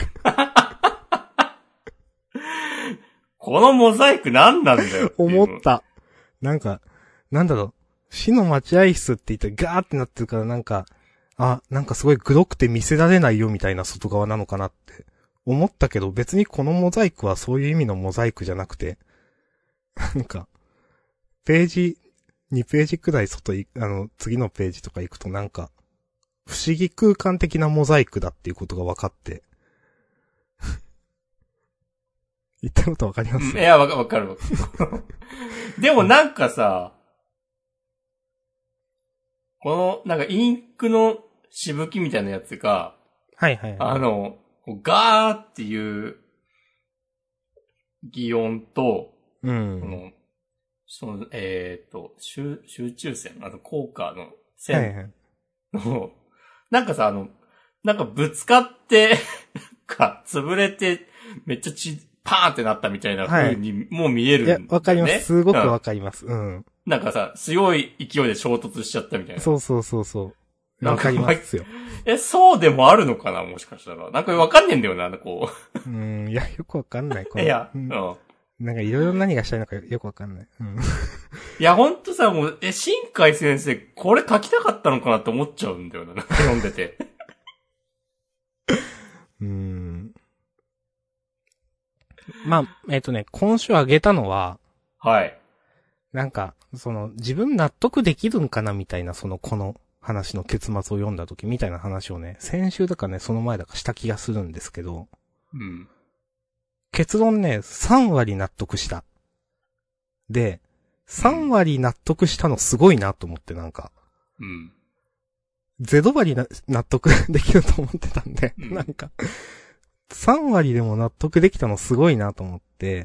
このモザイク何なんだよ。 思った。なんか、なんだろう。死の待合室って言ったらガーってなってるからなんか、あ、なんかすごいグロくて見せられないよみたいな外側なのかなって思ったけど、別にこのモザイクはそういう意味のモザイクじゃなくて、なんか、ページ、にページくらい外い、あの、次のページとか行くとなんか、不思議空間的なモザイクだっていうことが分かって。言ったこと分かります？ いや、わかるわかる。でもなんかさ、この、なんかインクのしぶきみたいなやつが、 はいはい、はい。 あの、ガーっていう擬音と、 うん。 この、その、えっ、ー、と、集、集中線、あの、効果の線の、はいはい、なんかさ、あの、なんかぶつかって、か、潰れて、めっちゃ血、パーンってなったみたいな風に、もう見えるんだよね。 いや、わかります。すごくわかります。うん。 なんかさ、強い勢いで衝突しちゃったみたいな。 そうそうそうそう。わかりますよ。 え、そうでもあるのかなもしかしたら。なんかわかんねえんだよな、こう。うん、いや、よくわかんない。こいや、 うん。うん。 なんかいろいろ何がしたいのかよくわかんない。うん。 いや、ほんとさ、もう、え、新海先生、これ書きたかったのかなって思っちゃうんだよな、なんか読んでて。 うーん。まあ、えっとね、今週あげたのは、 はい。 なんか、その、自分納得できるんかなみたいな、その、この話の結末を読んだ時みたいな話をね、先週だかね、その前だかした気がするんですけど、 うん。 結論ね、さん割納得した。で、さん割納得したのすごいなと思ってなんか。 うん。 ゼロ割な納得できると思ってたんで、うん、なんか、さん割でも納得できたのすごいなと思って、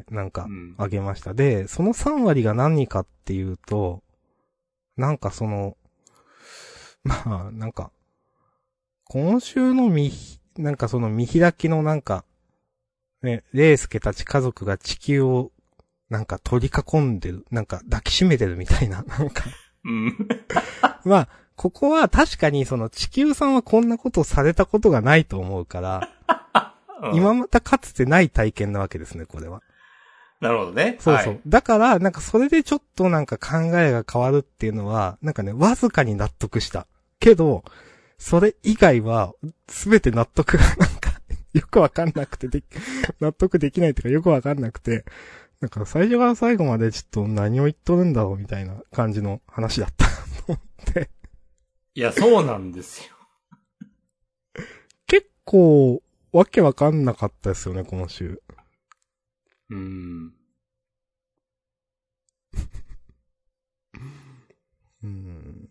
なんか、あげました。うん、で、そのさん割が何かっていうと、なんかその、まあ、なんか、今週の見、なんかその見開きのなんか、ね、レイスケたち家族が地球を、なんか取り囲んでる、なんか抱きしめてるみたいな、なんか。 うん。 まあ、ここは確かにその地球さんはこんなことされたことがないと思うから、うん、今またかつてない体験なわけですね、これは。 なるほどね。 そうそう。はい、だから、なんかそれでちょっとなんか考えが変わるっていうのは、なんかね、わずかに納得した。けど、それ以外は、すべて納得がなんか、よくわかんなくてで、納得できないというかよくわかんなくて、なんか最初から最後までちょっと何を言っとるんだろうみたいな感じの話だったと思って。 いや、そうなんですよ。 結構、わけわかんなかったですよね、この週。 うーん。 うーん。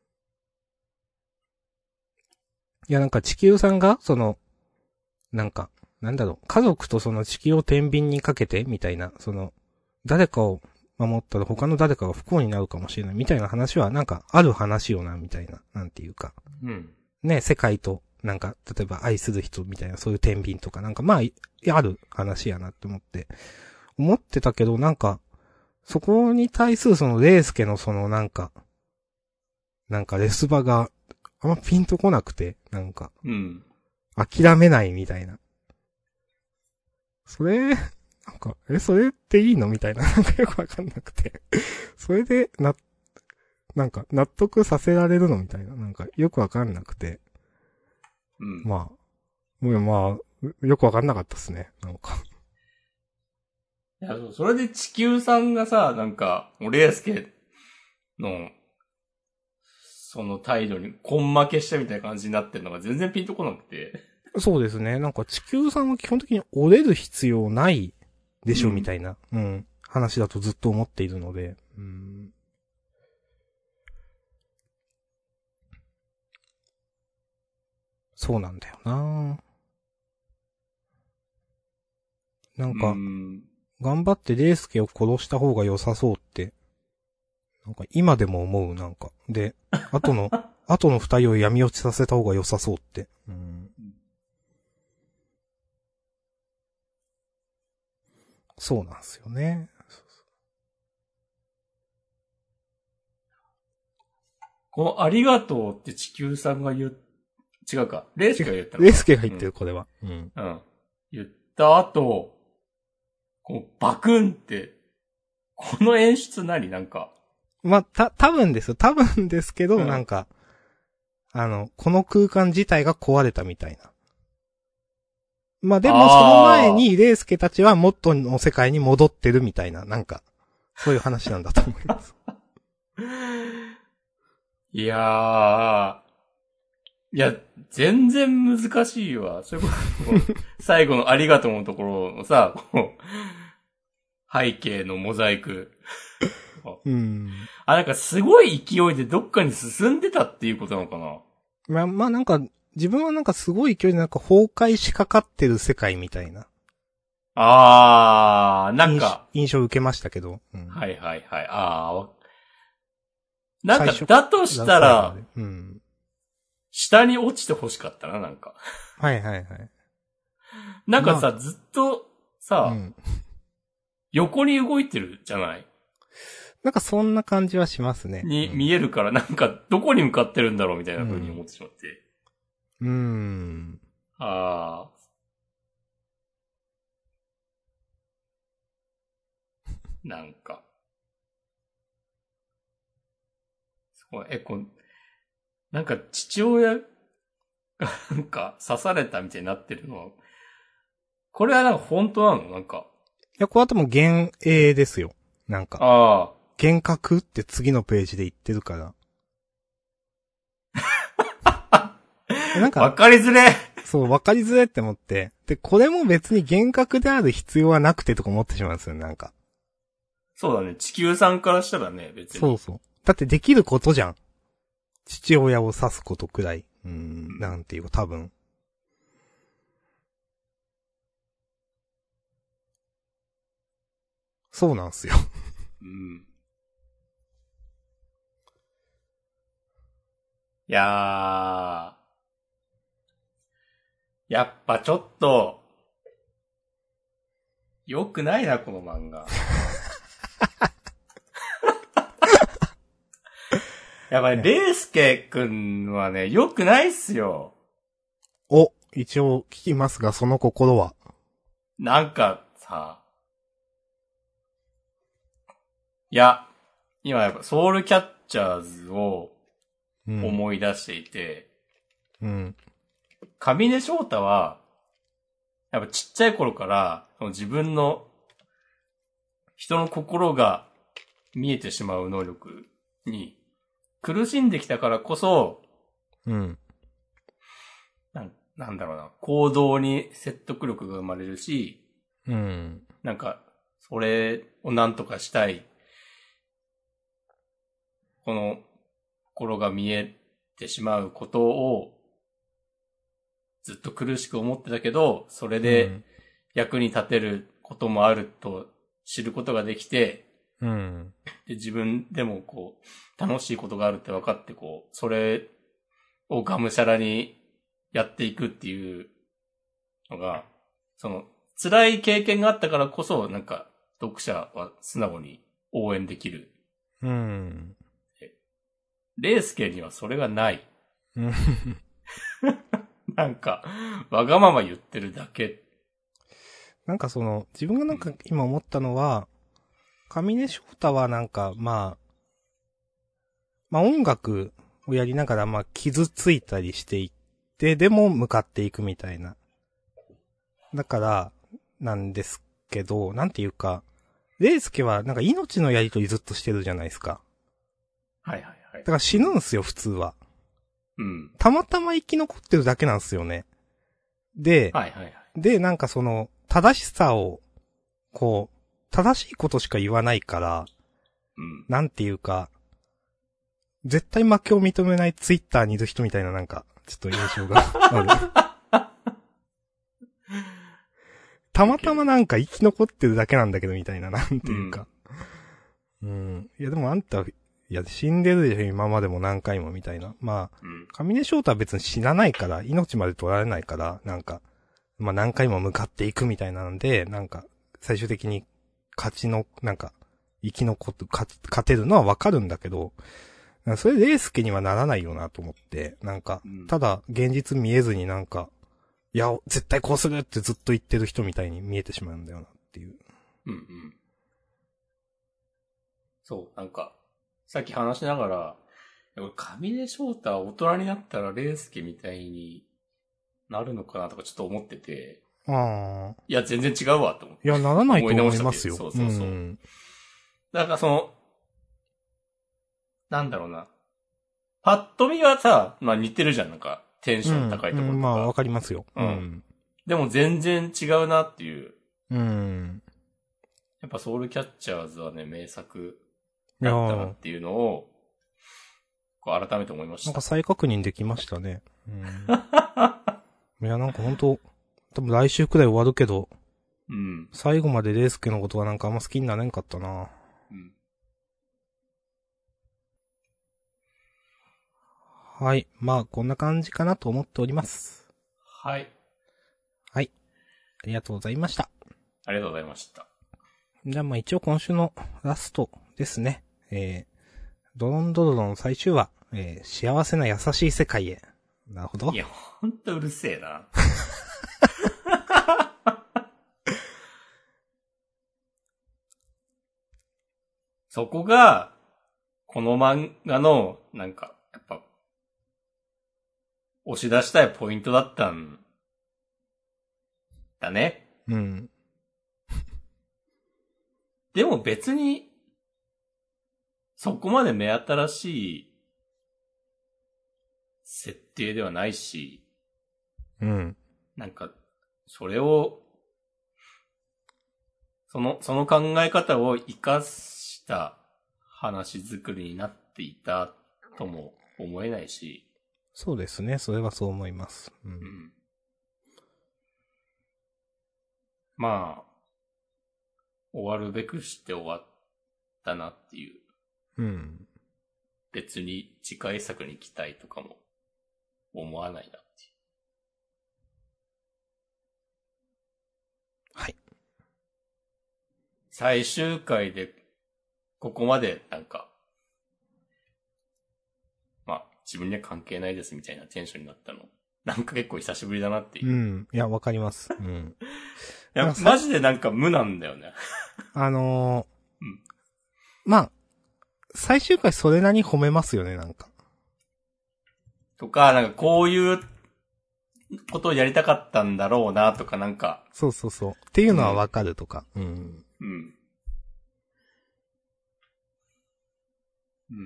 いや、なんか地球さんが、その、なんか、なんだろう、家族とその地球を天秤にかけて、みたいな、その、誰かを守ったら他の誰かが不幸になるかもしれない、みたいな話は、なんか、ある話よな、みたいな、なんていうか。 うん。 ね、世界と、なんか、例えば愛する人みたいな、そういう天秤とか、なんか、まあ、ある話やなって思って、思ってたけど、なんか、そこに対するその、レイスケのその、なんか、なんかレスバが、あんまピンとこなくて、なんか、 うん。 諦めないみたいな。それ、なんか、え、それっていいのみたいな、なんかよくわかんなくて。それで、な、なんか、納得させられるのみたいな、なんか、よくわかんなくて。 うん。 まあ、もうまあ、よくわかんなかったっすね、なんか。 いや、それで地球さんがさ、なんか、レイスケの、その態度に根負けしたみたいな感じになってるのが全然ピンとこなくて。 そうですね。なんか地球さんは基本的に折れる必要ないでしょ、うん、みたいな、うん、話だとずっと思っているので。うん、そうなんだよななんか、ん頑張ってレイスケを殺した方が良さそうって、なんか今でも思う、なんか。で、後の、後の二人を闇落ちさせた方が良さそうって。うんそうなんですよね。 このありがとうって地球さんが言う、違うか。レイスケが言ったのか。 レイスケが言ってる、うん、これは。うん。 うん。言った後、こうバクンって、この演出何なんか。 まあ、た、多分ですよ。多分ですけど、うん、なんか、あの、この空間自体が壊れたみたいな。まあでもその前にレイスケたちは元の世界に戻ってるみたいな、なんか、そういう話なんだと思います。 いやー、いや、全然難しいわ。それこそ、最後のありがとうのところのさ、こう背景のモザイク。 うん。 あ、なんかすごい勢いでどっかに進んでたっていうことなのかな。 まあ、まあなんか、自分はなんかすごい勢いでなんか崩壊しかかってる世界みたいな。 あー、なんか。 印象を受けましたけど。 うん、はいはいはい。あー。なんか、だとしたら、うん、下に落ちて欲しかったな、なんか。 はいはいはい。 なんかさ、まあ、ずっとさ、うん、横に動いてるじゃない？ なんかそんな感じはしますね。 に見えるから、なんかどこに向かってるんだろうみたいな風に思ってしまって。 うーん。 ああ。なんか。そう、え、こう、なんか父親がなんか刺されたみたいになってるのは、これはなんか本当なの？なんか。 いや、これは多分幻影ですよ。なんか。 ああ。 幻覚って次のページで言ってるから。 なんか、 わかりづれそう、わかりづれって思って。で、これも別に厳格である必要はなくてとか思ってしまうんですよね、なんか。 そうだね。地球さんからしたらね、別に。 そうそう。だってできることじゃん。父親を刺すことくらい。うーん、なんていうか多分。そうなんすよ。 うん。いやー。やっぱちょっと、良くないな、この漫画。やばい、レイスケくんはね、良くないっすよ。 お、一応聞きますが、その心は。 なんかさ、いや、今やっぱソウルキャッチャーズを思い出していて、 うん。 上根翔太は、やっぱちっちゃい頃から、その自分の人の心が見えてしまう能力に苦しんできたからこそ、 うん。 なん、なんだろうな、行動に説得力が生まれるし、 うん。 なんか、それをなんとかしたい。この心が見えてしまうことをずっと苦しく思ってたけど、それで役に立てることもあると知ることができて、 うん。 で自分でもこう、楽しいことがあるって分かってこう、それをがむしゃらにやっていくっていうのが、その、辛い経験があったからこそ、なんか、読者は素直に応援できる。 うん。 レイスケにはそれがない。 うん。 なんか、わがまま言ってるだけ。 なんかその、自分がなんか今思ったのは、上根翔太はなんか、まあ、まあ音楽をやりながら、まあ傷ついたりしていって、でも向かっていくみたいな。だから、なんですけど、なんていうか、レイスケはなんか命のやりとりずっとしてるじゃないですか。 はいはいはい。 だから死ぬんすよ、普通は。 うん。 たまたま生き残ってるだけなんすよね。で、 はいはいはい。 で、なんかその、正しさを、こう、正しいことしか言わないから、 うん。 なんていうか、絶対負けを認めないツイッターにいる人みたいななんか、ちょっと印象がある。たまたまなんか生き残ってるだけなんだけどみたいな、なんていうか。うん。うん、いやでもあんた、いや死んでるでしょ今までも何回もみたいな。まあ、うん、上根翔太は別に死なないから、命まで取られないから、なんか、まあ何回も向かっていくみたいなので、なんか、最終的に勝ちの、なんか、生き残って、勝てるのはわかるんだけど、それレイスケにはならないよなと思って、なんか、ただ現実見えずになんか、いや、絶対こうするってずっと言ってる人みたいに見えてしまうんだよなっていう。 うんうん。そう、なんか、さっき話しながら、上根翔太は大人になったらレイスケみたいになるのかなとかちょっと思ってて。 ああ。 いや、全然違うわと思って。 いや、ならないと思いますよ。 そうそうそう。うん、だからその、なんだろうな。パッと見はさ、まあ似てるじゃん、なんか、テンション高いところとか。うんうん、 まあわかりますよ。 うん。うん、でも全然違うなっていう。 うん。 やっぱソウルキャッチャーズはね、名作だったなっていうのを、こう改めて思いました。 なんか再確認できましたね。うん、いや、なんかほんと、多分来週くらい終わるけど、 うん。 最後までレイスケのことはなんかあんま好きになれんかったな。うん。はい。まあ、こんな感じかなと思っております。 はい。 はい。ありがとうございました。 ありがとうございました。 じゃあまあ一応今週のラストですね。えー、ドロンドロロン最終話、えー、幸せな優しい世界へ。なるほど。 いや、ほんとうるせえな。そこが、この漫画の、なんか、やっぱ、押し出したいポイントだったんだね。 うん。 でも別に、そこまで目新しい設定ではないし。 うん。 なんか、それを、その、その考え方を活かした話作りになっていたとも思えないし。 そうですね。それはそう思います。うん。 うん、まあ、終わるべくして終わったなっていう。 うん。 別に次回作に期待とかも思わないなっていう。 はい。 最終回でここまでなんか、まあ自分には関係ないですみたいなテンションになったの。なんか結構久しぶりだなっていう。 うん。いや、わかります。うん。 いや、マジでなんか無なんだよね。 あのー、うん。 まあ、最終回それなりに褒めますよね、なんか。 とか、なんかこういうことをやりたかったんだろうなとかなんか。 そうそうそう。っていうのはわかるとか。うん。 うん。うん。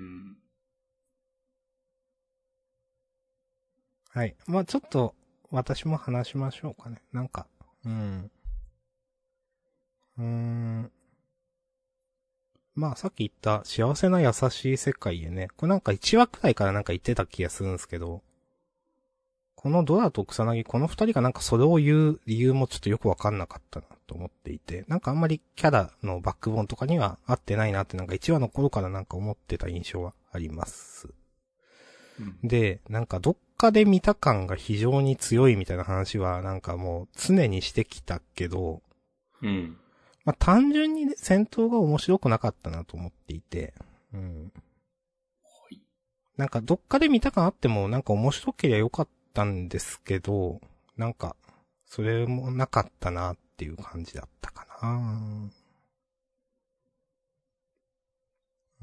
はい。まあちょっと、私も話しましょうかね。なんか、うん。うーん。まあさっき言った幸せな優しい世界へね。これなんかいちわくらいからなんか言ってた気がするんですけど、このドラと草薙、この二人がなんかそれを言う理由もちょっとよくわかんなかったなと思っていて、なんかあんまりキャラのバックボーンとかには合ってないなってなんかいちわの頃からなんか思ってた印象があります。うん、で、なんかどっかで見た感が非常に強いみたいな話はなんかもう常にしてきたけど、 うん。 まあ単純に戦闘が面白くなかったなと思っていて、うん。 はい。 なんかどっかで見た感あってもなんか面白ければよかったんですけど、なんか、それもなかったなっていう感じだったかな。うん。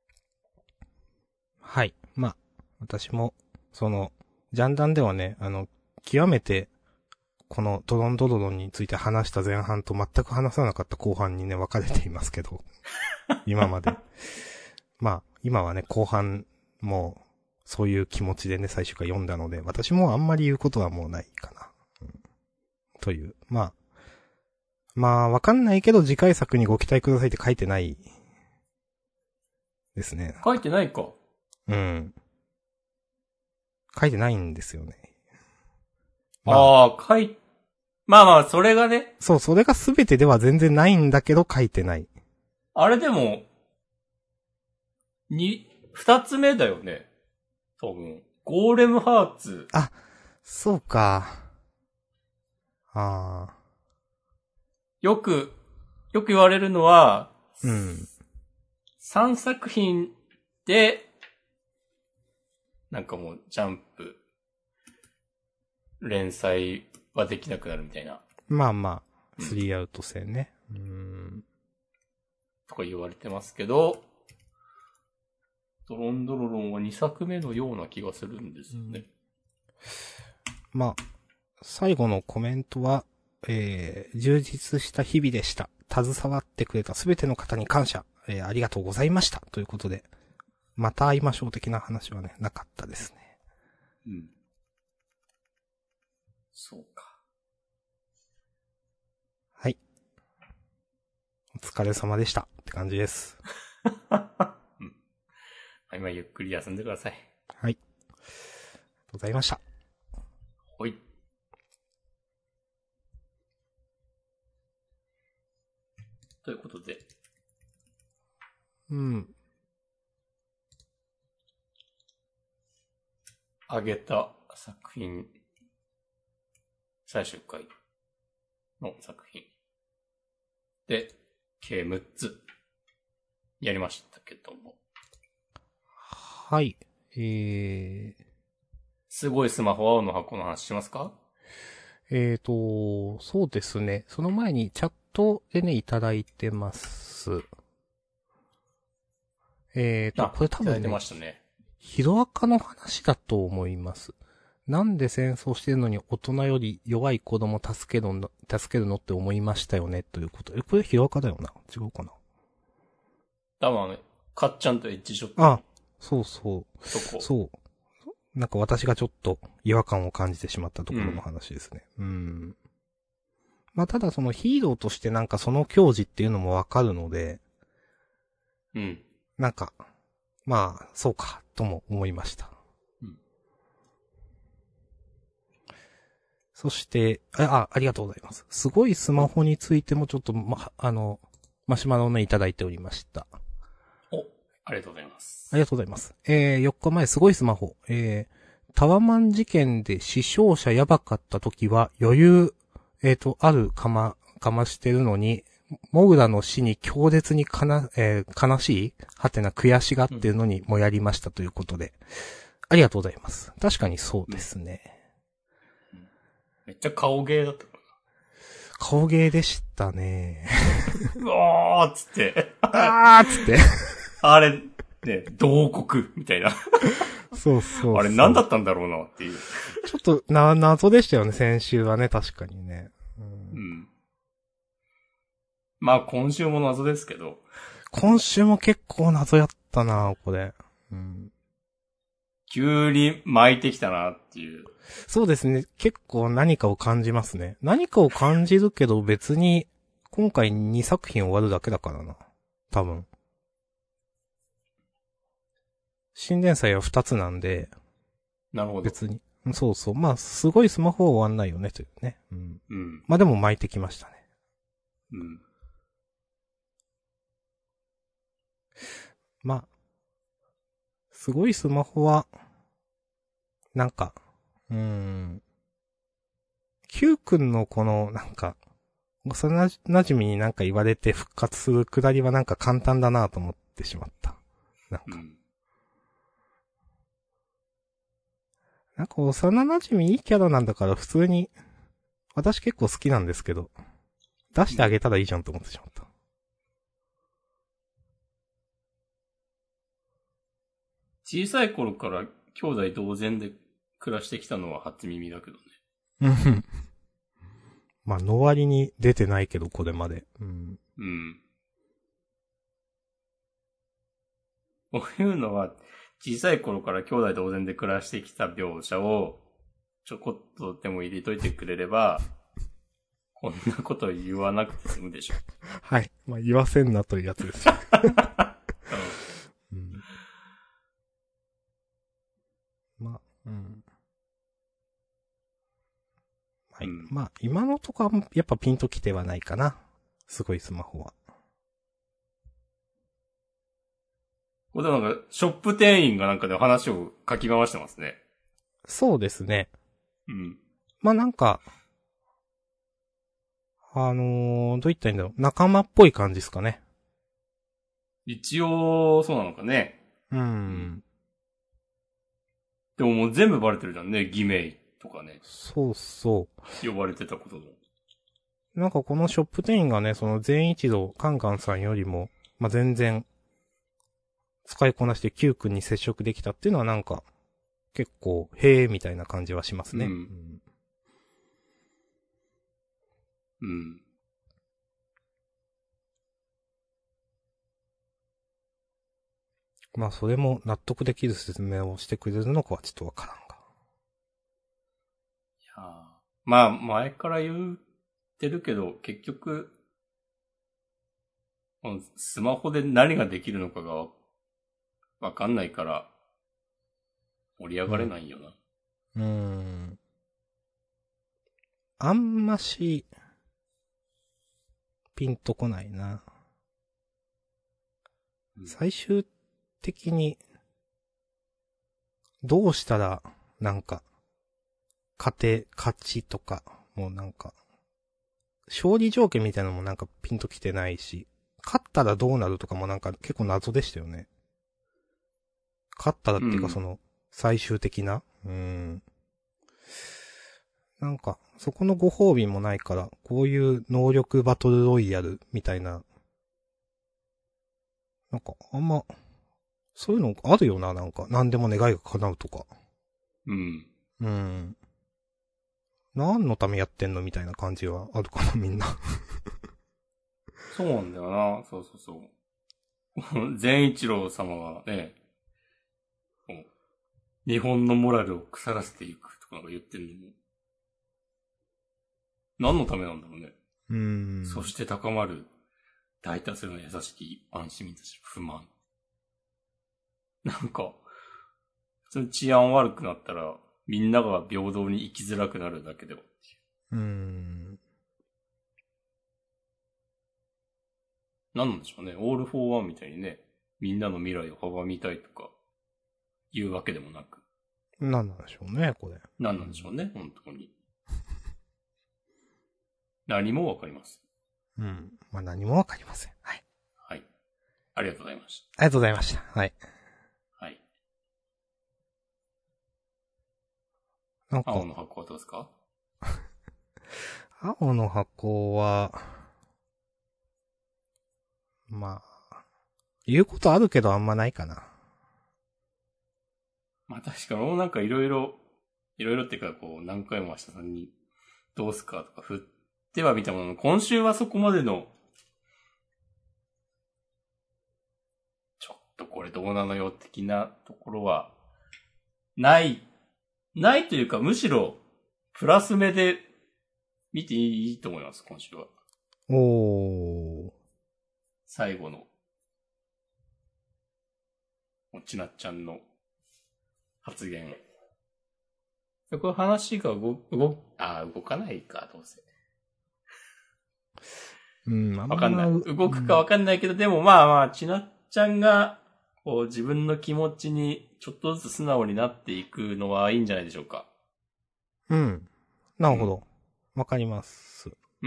はい。まあ、私も、その、ジャンダンではね、あの、極めて、このドロンドロロンについて話した前半と全く話さなかった後半にね、分かれていますけど、今まで。まあ、今はね、後半、もう、そういう気持ちでね、最終回読んだので、私もあんまり言うことはもうないかな。うん、という。まあ、まあ、わかんないけど、次回作にご期待くださいって書いてない。ですね。 書いてないか。 うん。書いてないんですよね。 まあ、ああ、書い、まあまあ、それがね。 そう、それが全てでは全然ないんだけど書いてない。 あれでも、に、二つ目だよね。多分。ゴーレムハーツ。 あ、そうか。ああ。 よく、よく言われるのは、 うん。 三作品で、なんかもう、ジャンプ、連載はできなくなるみたいな。 まあまあ、スリーアウト制ね。うん。うーんとか言われてますけど、ドロンドロロンはにさくめのような気がするんですよね。 うん、まあ、最後のコメントは、えー、充実した日々でした。携わってくれたすべての方に感謝、えー、ありがとうございました。ということで、また会いましょう的な話はね、なかったですね。 うん。そうか。 はい。お疲れ様でしたって感じです。 うん。今ゆっくり休んでください。 はい。ありがとうございました。 ほい。ということで。 うん。 あげた作品、最終回の作品で、計むっつやりましたけども。 はい。えー。 すごいスマホ青の箱の話しますか？ えーと、そうですね。その前にチャットでね、いただいてます。えーと、これ多分ね、いただいてましたね。ヒロアカの話だと思います。なんで戦争してるのに大人より弱い子供助けるの、助けるのって思いましたよね、ということ。え、これヒロアカだよな。違うかな。 多分ね、かっちゃんとエッジショット。 あ、そうそう。 そこ。 そう。 なんか私がちょっと違和感を感じてしまったところの話ですね。うん。うんまあただそのヒーローとしてなんかその矜持っていうのもわかるので、 うん。 なんか、まあ、そうか、とも思いました。 うん、 そして、あ、あ、ありがとうございます。すごいスマホについてもちょっと、ま、あの、マシュマロをね、いただいておりました。 お、ありがとうございます。 ありがとうございます。えー、よっかまえすごいスマホ。えー、タワマン事件で死傷者やばかった時は余裕、えーと、あるかま、かましてるのに、モグラの死に強烈にかな、えー、悲しいはてな悔しがってるのにもやりましたということで、うん。ありがとうございます。確かにそうですね。 うんうん、めっちゃ顔芸だったからな。 顔芸でしたね。 うわーっつって。 あーっつって。 あれ、ね、同国みたいな。 そうそうそう。 あれ何だったんだろうなっていう。 ちょっとな、謎でしたよね、先週はね、確かにね。うん。 うんまあ今週も謎ですけど。 今週も結構謎やったなこれ。うん。 急に巻いてきたなっていう。 そうですね。結構何かを感じますね。何かを感じるけど別に、今回にさく品終わるだけだからな。多分。新連載はふたつなんで。 なるほど。 別に。そうそう。まあ、すごいスマホは終わんないよね、というね。うん。 うん。 まあでも巻いてきましたね。 うん。 まあ、すごいスマホは、なんか、うーん。Q 君のこの、なんか、幼馴染になんか言われて復活するくだりはなんか簡単だなと思ってしまった。なんか。うん、なんか幼馴染いいキャラなんだから普通に、私結構好きなんですけど、出してあげたらいいじゃんと思ってしまった。 小さい頃から兄弟同然で暮らしてきたのは初耳だけどね。 うん。まあ、の割に出てないけど、これまで。うん。 うん。こういうのは、小さい頃から兄弟同然で暮らしてきた描写を、ちょこっとでも入れといてくれれば、こんなこと言わなくて済むでしょ。 はい。まあ、言わせんなというやつですよ。うん、まあ、うん。はい。うん、まあ、今のとこはやっぱピンときてはないかな。すごいスマホは。 これなんか、ショップ店員がなんかで話を書き回してますね。 そうですね。 うん。 まあなんか、あのー、どう言ったらいいんだろう。仲間っぽい感じですかね。 一応、そうなのかね。 うん。うん、 でももう全部バレてるじゃんね。偽名とかね。 そうそう。 呼ばれてたことの。 なんかこのショップ店員がね、その全一度カンカンさんよりも、まあ、全然、使いこなして Q 君に接触できたっていうのはなんか、結構、へえみたいな感じはしますね。うん。 うん。 まあ、それも納得できる説明をしてくれるのかはちょっとわからんが。 いやまあ、前から言ってるけど、結局、スマホで何ができるのかがわかんないから、盛り上がれないよな。 うん。うーんあんまし、ピンとこないな。うん、最終的に、どうしたら、なんか、勝て、勝ちとか、もうなんか、勝利条件みたいなのもなんかピンときてないし、勝ったらどうなるとかもなんか結構謎でしたよね。勝ったらっていうかその、最終的な、うん、うんなんか、そこのご褒美もないから、こういう能力バトルロイヤルみたいな、なんか、あんま、そういうのあるよな、なんか。何でも願いが叶うとか。 うん。 うん。何のためやってんのみたいな感じはあるかな、みんな。 そうなんだよな、そうそうそう。善一郎様がね、 日本のモラルを腐らせていくとかなんか言ってるのも、何のためなんだろうね。 うーん。 そして高まる大多数の優しき一般市民たちの不満。なんか、普通に治安悪くなったら、みんなが平等に生きづらくなるだけでは。 うーん。 何なんでしょうね。オールフォーワンみたいにね、みんなの未来を阻みたいとか、言うわけでもなく。 何なんでしょうね、これ。 何なんでしょうね、本当に。何もわかります。 うん。まあ何もわかりません。はい。 はい。ありがとうございました。 ありがとうございました。はい。 はい。 なんか。 青の箱はどうですか？ 青の箱は、まあ、言うことあるけどあんまないかな。 まあ確かに、なんかいろいろ、いろいろっていうかこう、何回も明日さんに、どうすかとか振ってはみたものの、今週はそこまでの、ちょっとこれどうなのよ的なところは、ない、ないというかむしろ、プラス目で見ていいと思います、今週は。 おー。 最後の、おちなっちゃんの発言。これ話が動、動、あ、動かないか、どうせ。 うん、あんまわかんない。動くかわかんないけど、うん、でもまあまあ、ちなっちゃんが、こう自分の気持ちにちょっとずつ素直になっていくのはいいんじゃないでしょうか。 うん。なるほど。わ、うん、かります。 うん。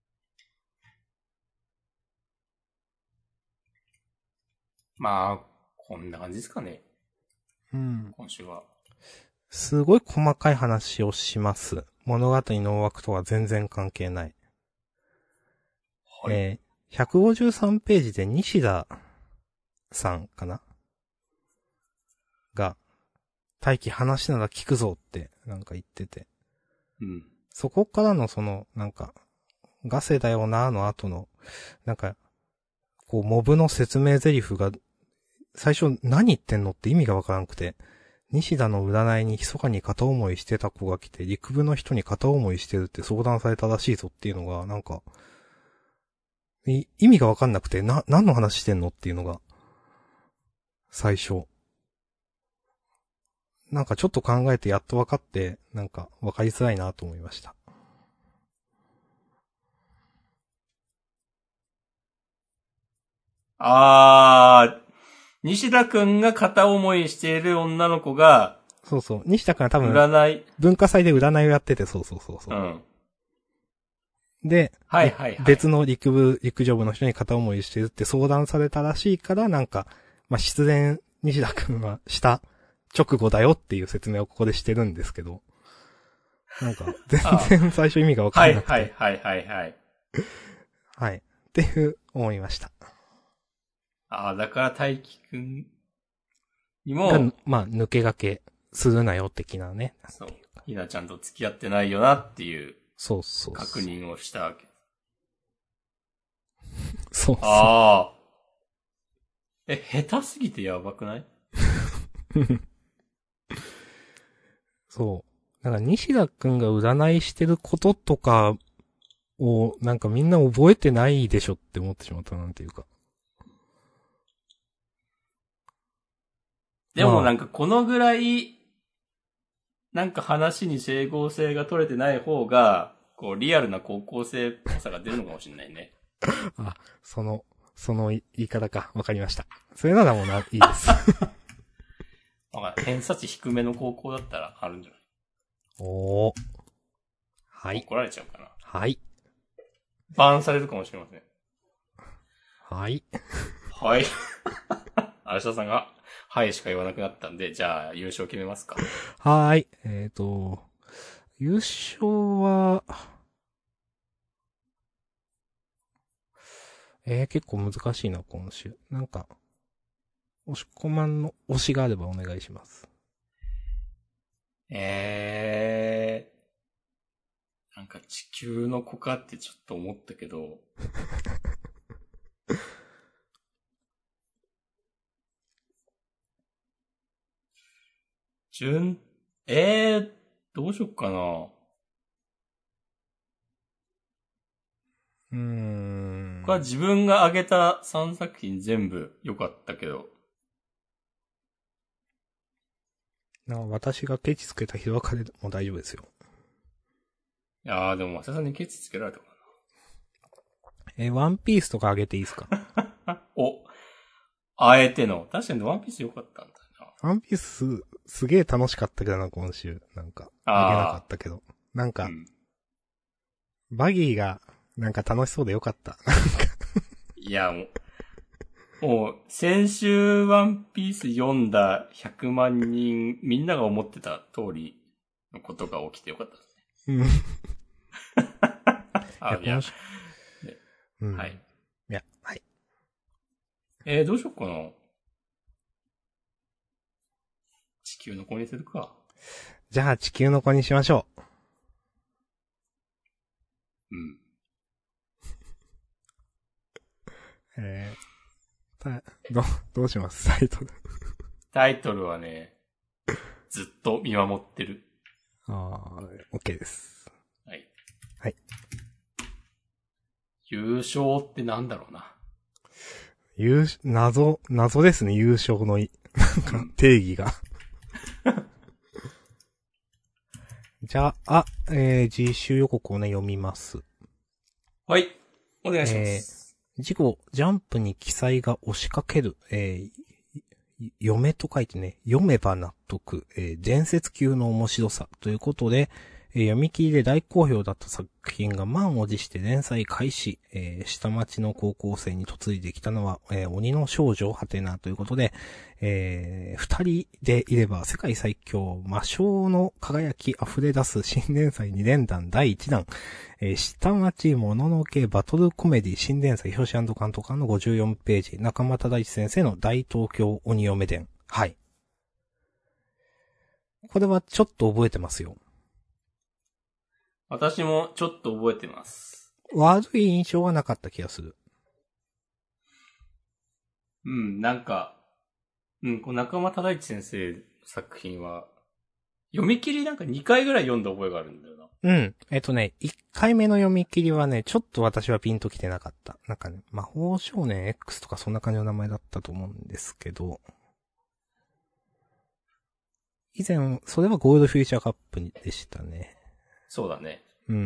まあ、こんな感じですかね。 うん。 今週は。 すごい細かい話をします。物語の大枠とは全然関係ない。はい、えー、ひゃくごじゅうさんページで西田さんかなが、大輝話なら聞くぞってなんか言ってて。 うん。 そこからのその、なんか、ガセだよなーの後の、なんか、こう、モブの説明台詞が、最初何言ってんのって意味がわからんくて、西田の占いに密かに片思いしてた子が来て、陸部の人に片思いしてるって相談されたらしいぞっていうのが、なんか、意味がわかんなくて、な、何の話してんのっていうのが、最初。なんかちょっと考えてやっとわかって、なんかわかりづらいなと思いました。 あー、西田くんが片思いしている女の子が、 そうそう。西田くんは多分、 占い。 文化祭で占いをやってて、そうそうそうそう。うん。で、 はいはいはい。 別の陸部、陸上部の人に片思いしてるって相談されたらしいから、なんか、まあ、失恋、西田くんはした直後だよっていう説明をここでしてるんですけど、なんか、全然最初意味がわかんなくて。 はいはいはいはいはい。 はい。っていう思いました。 ああ、だから大輝くんにも、 まあ、抜け駆けするなよ的なね。 そう。ひなちゃんと付き合ってないよなっていう。 そうそう。 確認をしたわけ。 そうそう。 ああ。え、下手すぎてやばくないそう。なんか西田くんが占いしてることとかを、なんかみんな覚えてないでしょって思ってしまったなんていうか。 でもなんかこのぐらい、なんか話に整合性が取れてない方が、こうリアルな高校生っぽさが出るのかもしれないね。 あ、その、その言い方か。わかりました。それならもうな、いいです。 まあ、偏差値低めの高校だったらあるんじゃない？ おー。はい。 怒られちゃうかな。 はい。 バーンされるかもしれません。 はい。 はい。有田さんが、はいしか言わなくなったんで、じゃあ優勝決めますか。 はーい。えっと、優勝は、えー、結構難しいな、今週。なんか、押し込まんの推しがあればお願いします。 えー、なんか地球の子かってちょっと思ったけど、 順、えー、どうしよっかな。 うーん。 これは自分が挙げたさんさく品全部良かったけど。 な私がケチつけたヒロアカでも大丈夫ですよ。 いやーでも、マサさんにケチつけられたかえーワンピースとかあげていいですか？ な。お、あえての。確かにワンピース良かったんだな。 ワンピースす、すげえ楽しかったけどな、今週。なんか、あげなかったけど。なんか、 うん、 バギーが、なんか楽しそうでよかった。 いや、もう、もう、先週ワンピース読んだひゃくまん人、みんなが思ってた通りのことが起きてよかったですね。 うん。 あ、いや、 ねうん、 はい。 いや、はい。 えー、どうしよっかな。地球の子にするか。 じゃあ地球の子にしましょうん。 う。えー、た、ど、どうしますタイトル。 タイトルはね、ずっと見守ってる。 あー、OK です。 はい。 はい。 優勝ってなんだろうな。 優、謎、謎ですね、優勝のい、なんか、定義が。じゃあ、えー、実習予告をね、読みます。 はい。お願いしまえす。 ー、事後、ジャンプに記載が押しかける、えー、読めと書いてね、読めば納得、えー、伝説級の面白さということで、えー、読み切りで大好評だった作品が満を持して連載開始、えー、下町の高校生に嫁いできたのは、えー、鬼の少女ハテナということで、えー、二人でいれば世界最強魔性の輝き溢れ出す新連載に連弾だいいちだん、えー、下町もののけバトルコメディ新連載表紙監督官のごじゅうよんページ、中俣大地先生の大東京鬼嫁伝。はい。これはちょっと覚えてますよ。 私もちょっと覚えてます。 悪い印象はなかった気がする。 うん、なんか、うん、こう中間忠一先生の作品は、読み切りなんかにかいぐらい読んだ覚えがあるんだよな。 うん。えっとね、いっかいめの読み切りはね、ちょっと私はピンときてなかった。なんかね、魔法少年 X とかそんな感じの名前だったと思うんですけど、以前、それはゴールドフューチャーカップでしたね。 そうだね。 うん。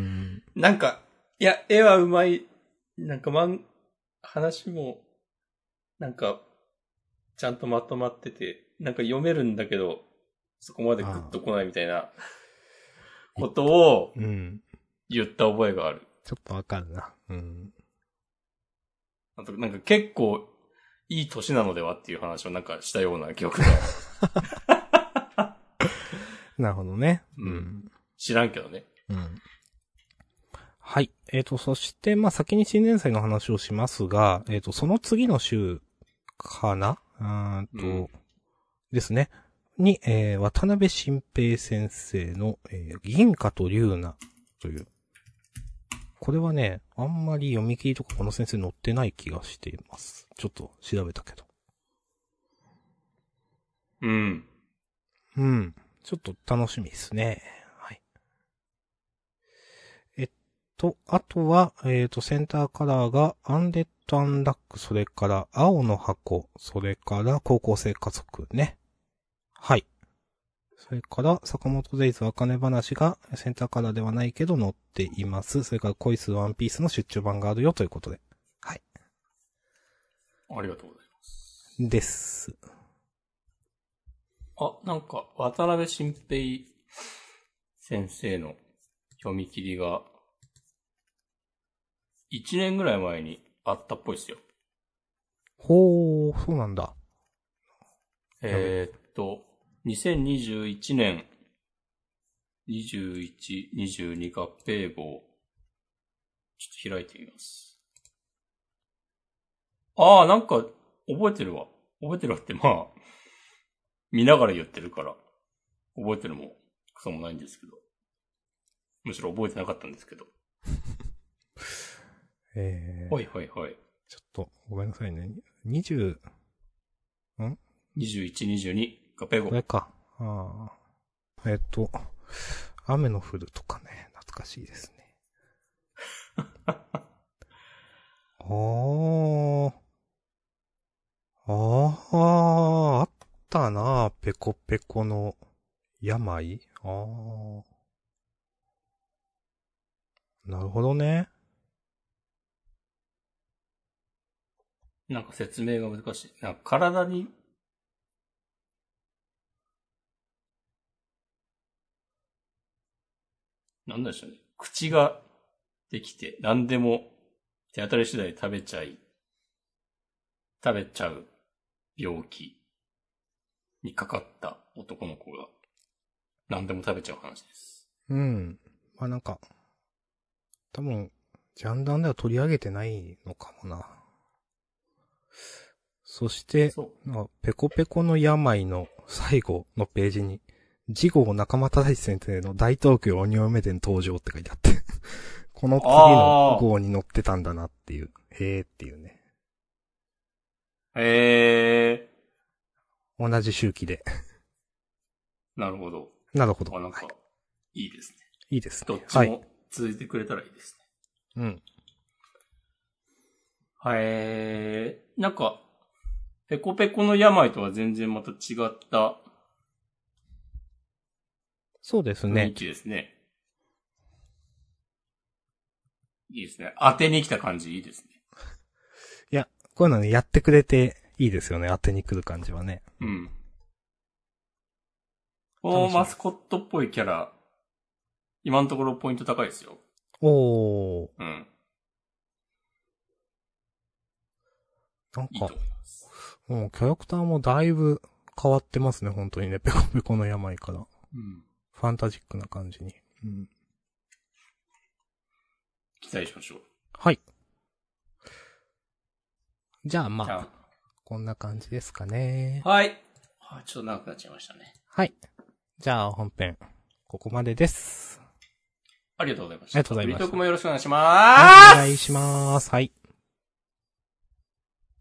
なんか、いや、絵はうまい。なんか、まん、話も、なんか、ちゃんとまとまってて、なんか読めるんだけど、そこまでグッと来ないみたいなことをうん。 言った覚えがある。 ちょっとわかるな。うん。 あと、なんか結構いい年なのではっていう話をなんかしたような記憶が。 なるほどね。 うん。知らんけどね。 うん。はい。えっ、と、そして、まあ、先に新連載の話をしますが、えっ、と、その次の週かなうーんと、うん、ですね。に、えー、渡辺新平先生の、えー、銀貨と龍奈という。これはね、あんまり読み切りとかこの先生載ってない気がしています。ちょっと調べたけど。 うん。 うん。ちょっと楽しみですね。はい。えっと、あとは、えっと、センターカラーが、アンデッド・アンラック、それから、青の箱、それから、高校生家族ね。はい。それから、坂本デイズ茜話が、センターカラーではないけど載っています。それから、恋するワンピースの出張版があるよということで。はい。 ありがとうございます。 です。 あ、なんか、渡辺新平先生の読み切りが、いちねんぐらい前にあったっぽいですよ。 ほー、そうなんだ。 えー、っと、にせんにじゅういちねんにじゅういち、にじゅうに合併号。ちょっと開いてみます。ああ、なんか、覚えてるわ。覚えてるわって、まあ、見ながら言ってるから、覚えてるも、クソもないんですけど。むしろ覚えてなかったんですけど。 えー。 はいはいはい。 ちょっと、ごめんなさいね。にじゅう、ん ?にじゅういち、 にじゅういち、にじゅうに合併号。 これか。ああ。 えっと、雨の降るとかね、懐かしいですね。あー。ああ、あったな、ペコペコの病。ああ。なるほどね。 なんか説明が難しい。なんか体に、なんでしょうね。口ができて、何でも手当たり次第食べちゃい、食べちゃう病気にかかった男の子が何でも食べちゃう話です。 うん。まあなんか、多分、ジャンダンでは取り上げてないのかもな。そして、まあ、ペコペコの病の最後のページに、次号中間忠先生の大東京鬼嫁伝登場って書いてあって、この次の号に載ってたんだなっていう、へーっていうね。 へー。同じ周期で。 なるほど。 なるほど。 あ、なんか、いいですね。 いいですね。 どっちも続いてくれたらいいですね。はい、うん。 へー。なんか、ペコペコの病とは全然また違った。 そうですね。 雰囲気ですね。いいですね。当てに来た感じいいですね。 いや、こういうのね、やってくれていいですよね。当てに来る感じはね。 うん。おー、マスコットっぽいキャラ、今のところポイント高いですよ。 おー。 うん。 なんか、 いいと思います。 もうキャラクターもだいぶ変わってますね、本当にね。ペコペコの病から。 うん。 ファンタジックな感じに。うん。 期待しましょう。 はい。じゃあまあ、 あこんな感じですかね。 はい。ちょっと長くなっちゃいましたね。 はい。じゃあ本編、ここまでです。 ありがとうございました。 ありがとうございました。 フリートークもよろしくお願いします。 お願いします。はい。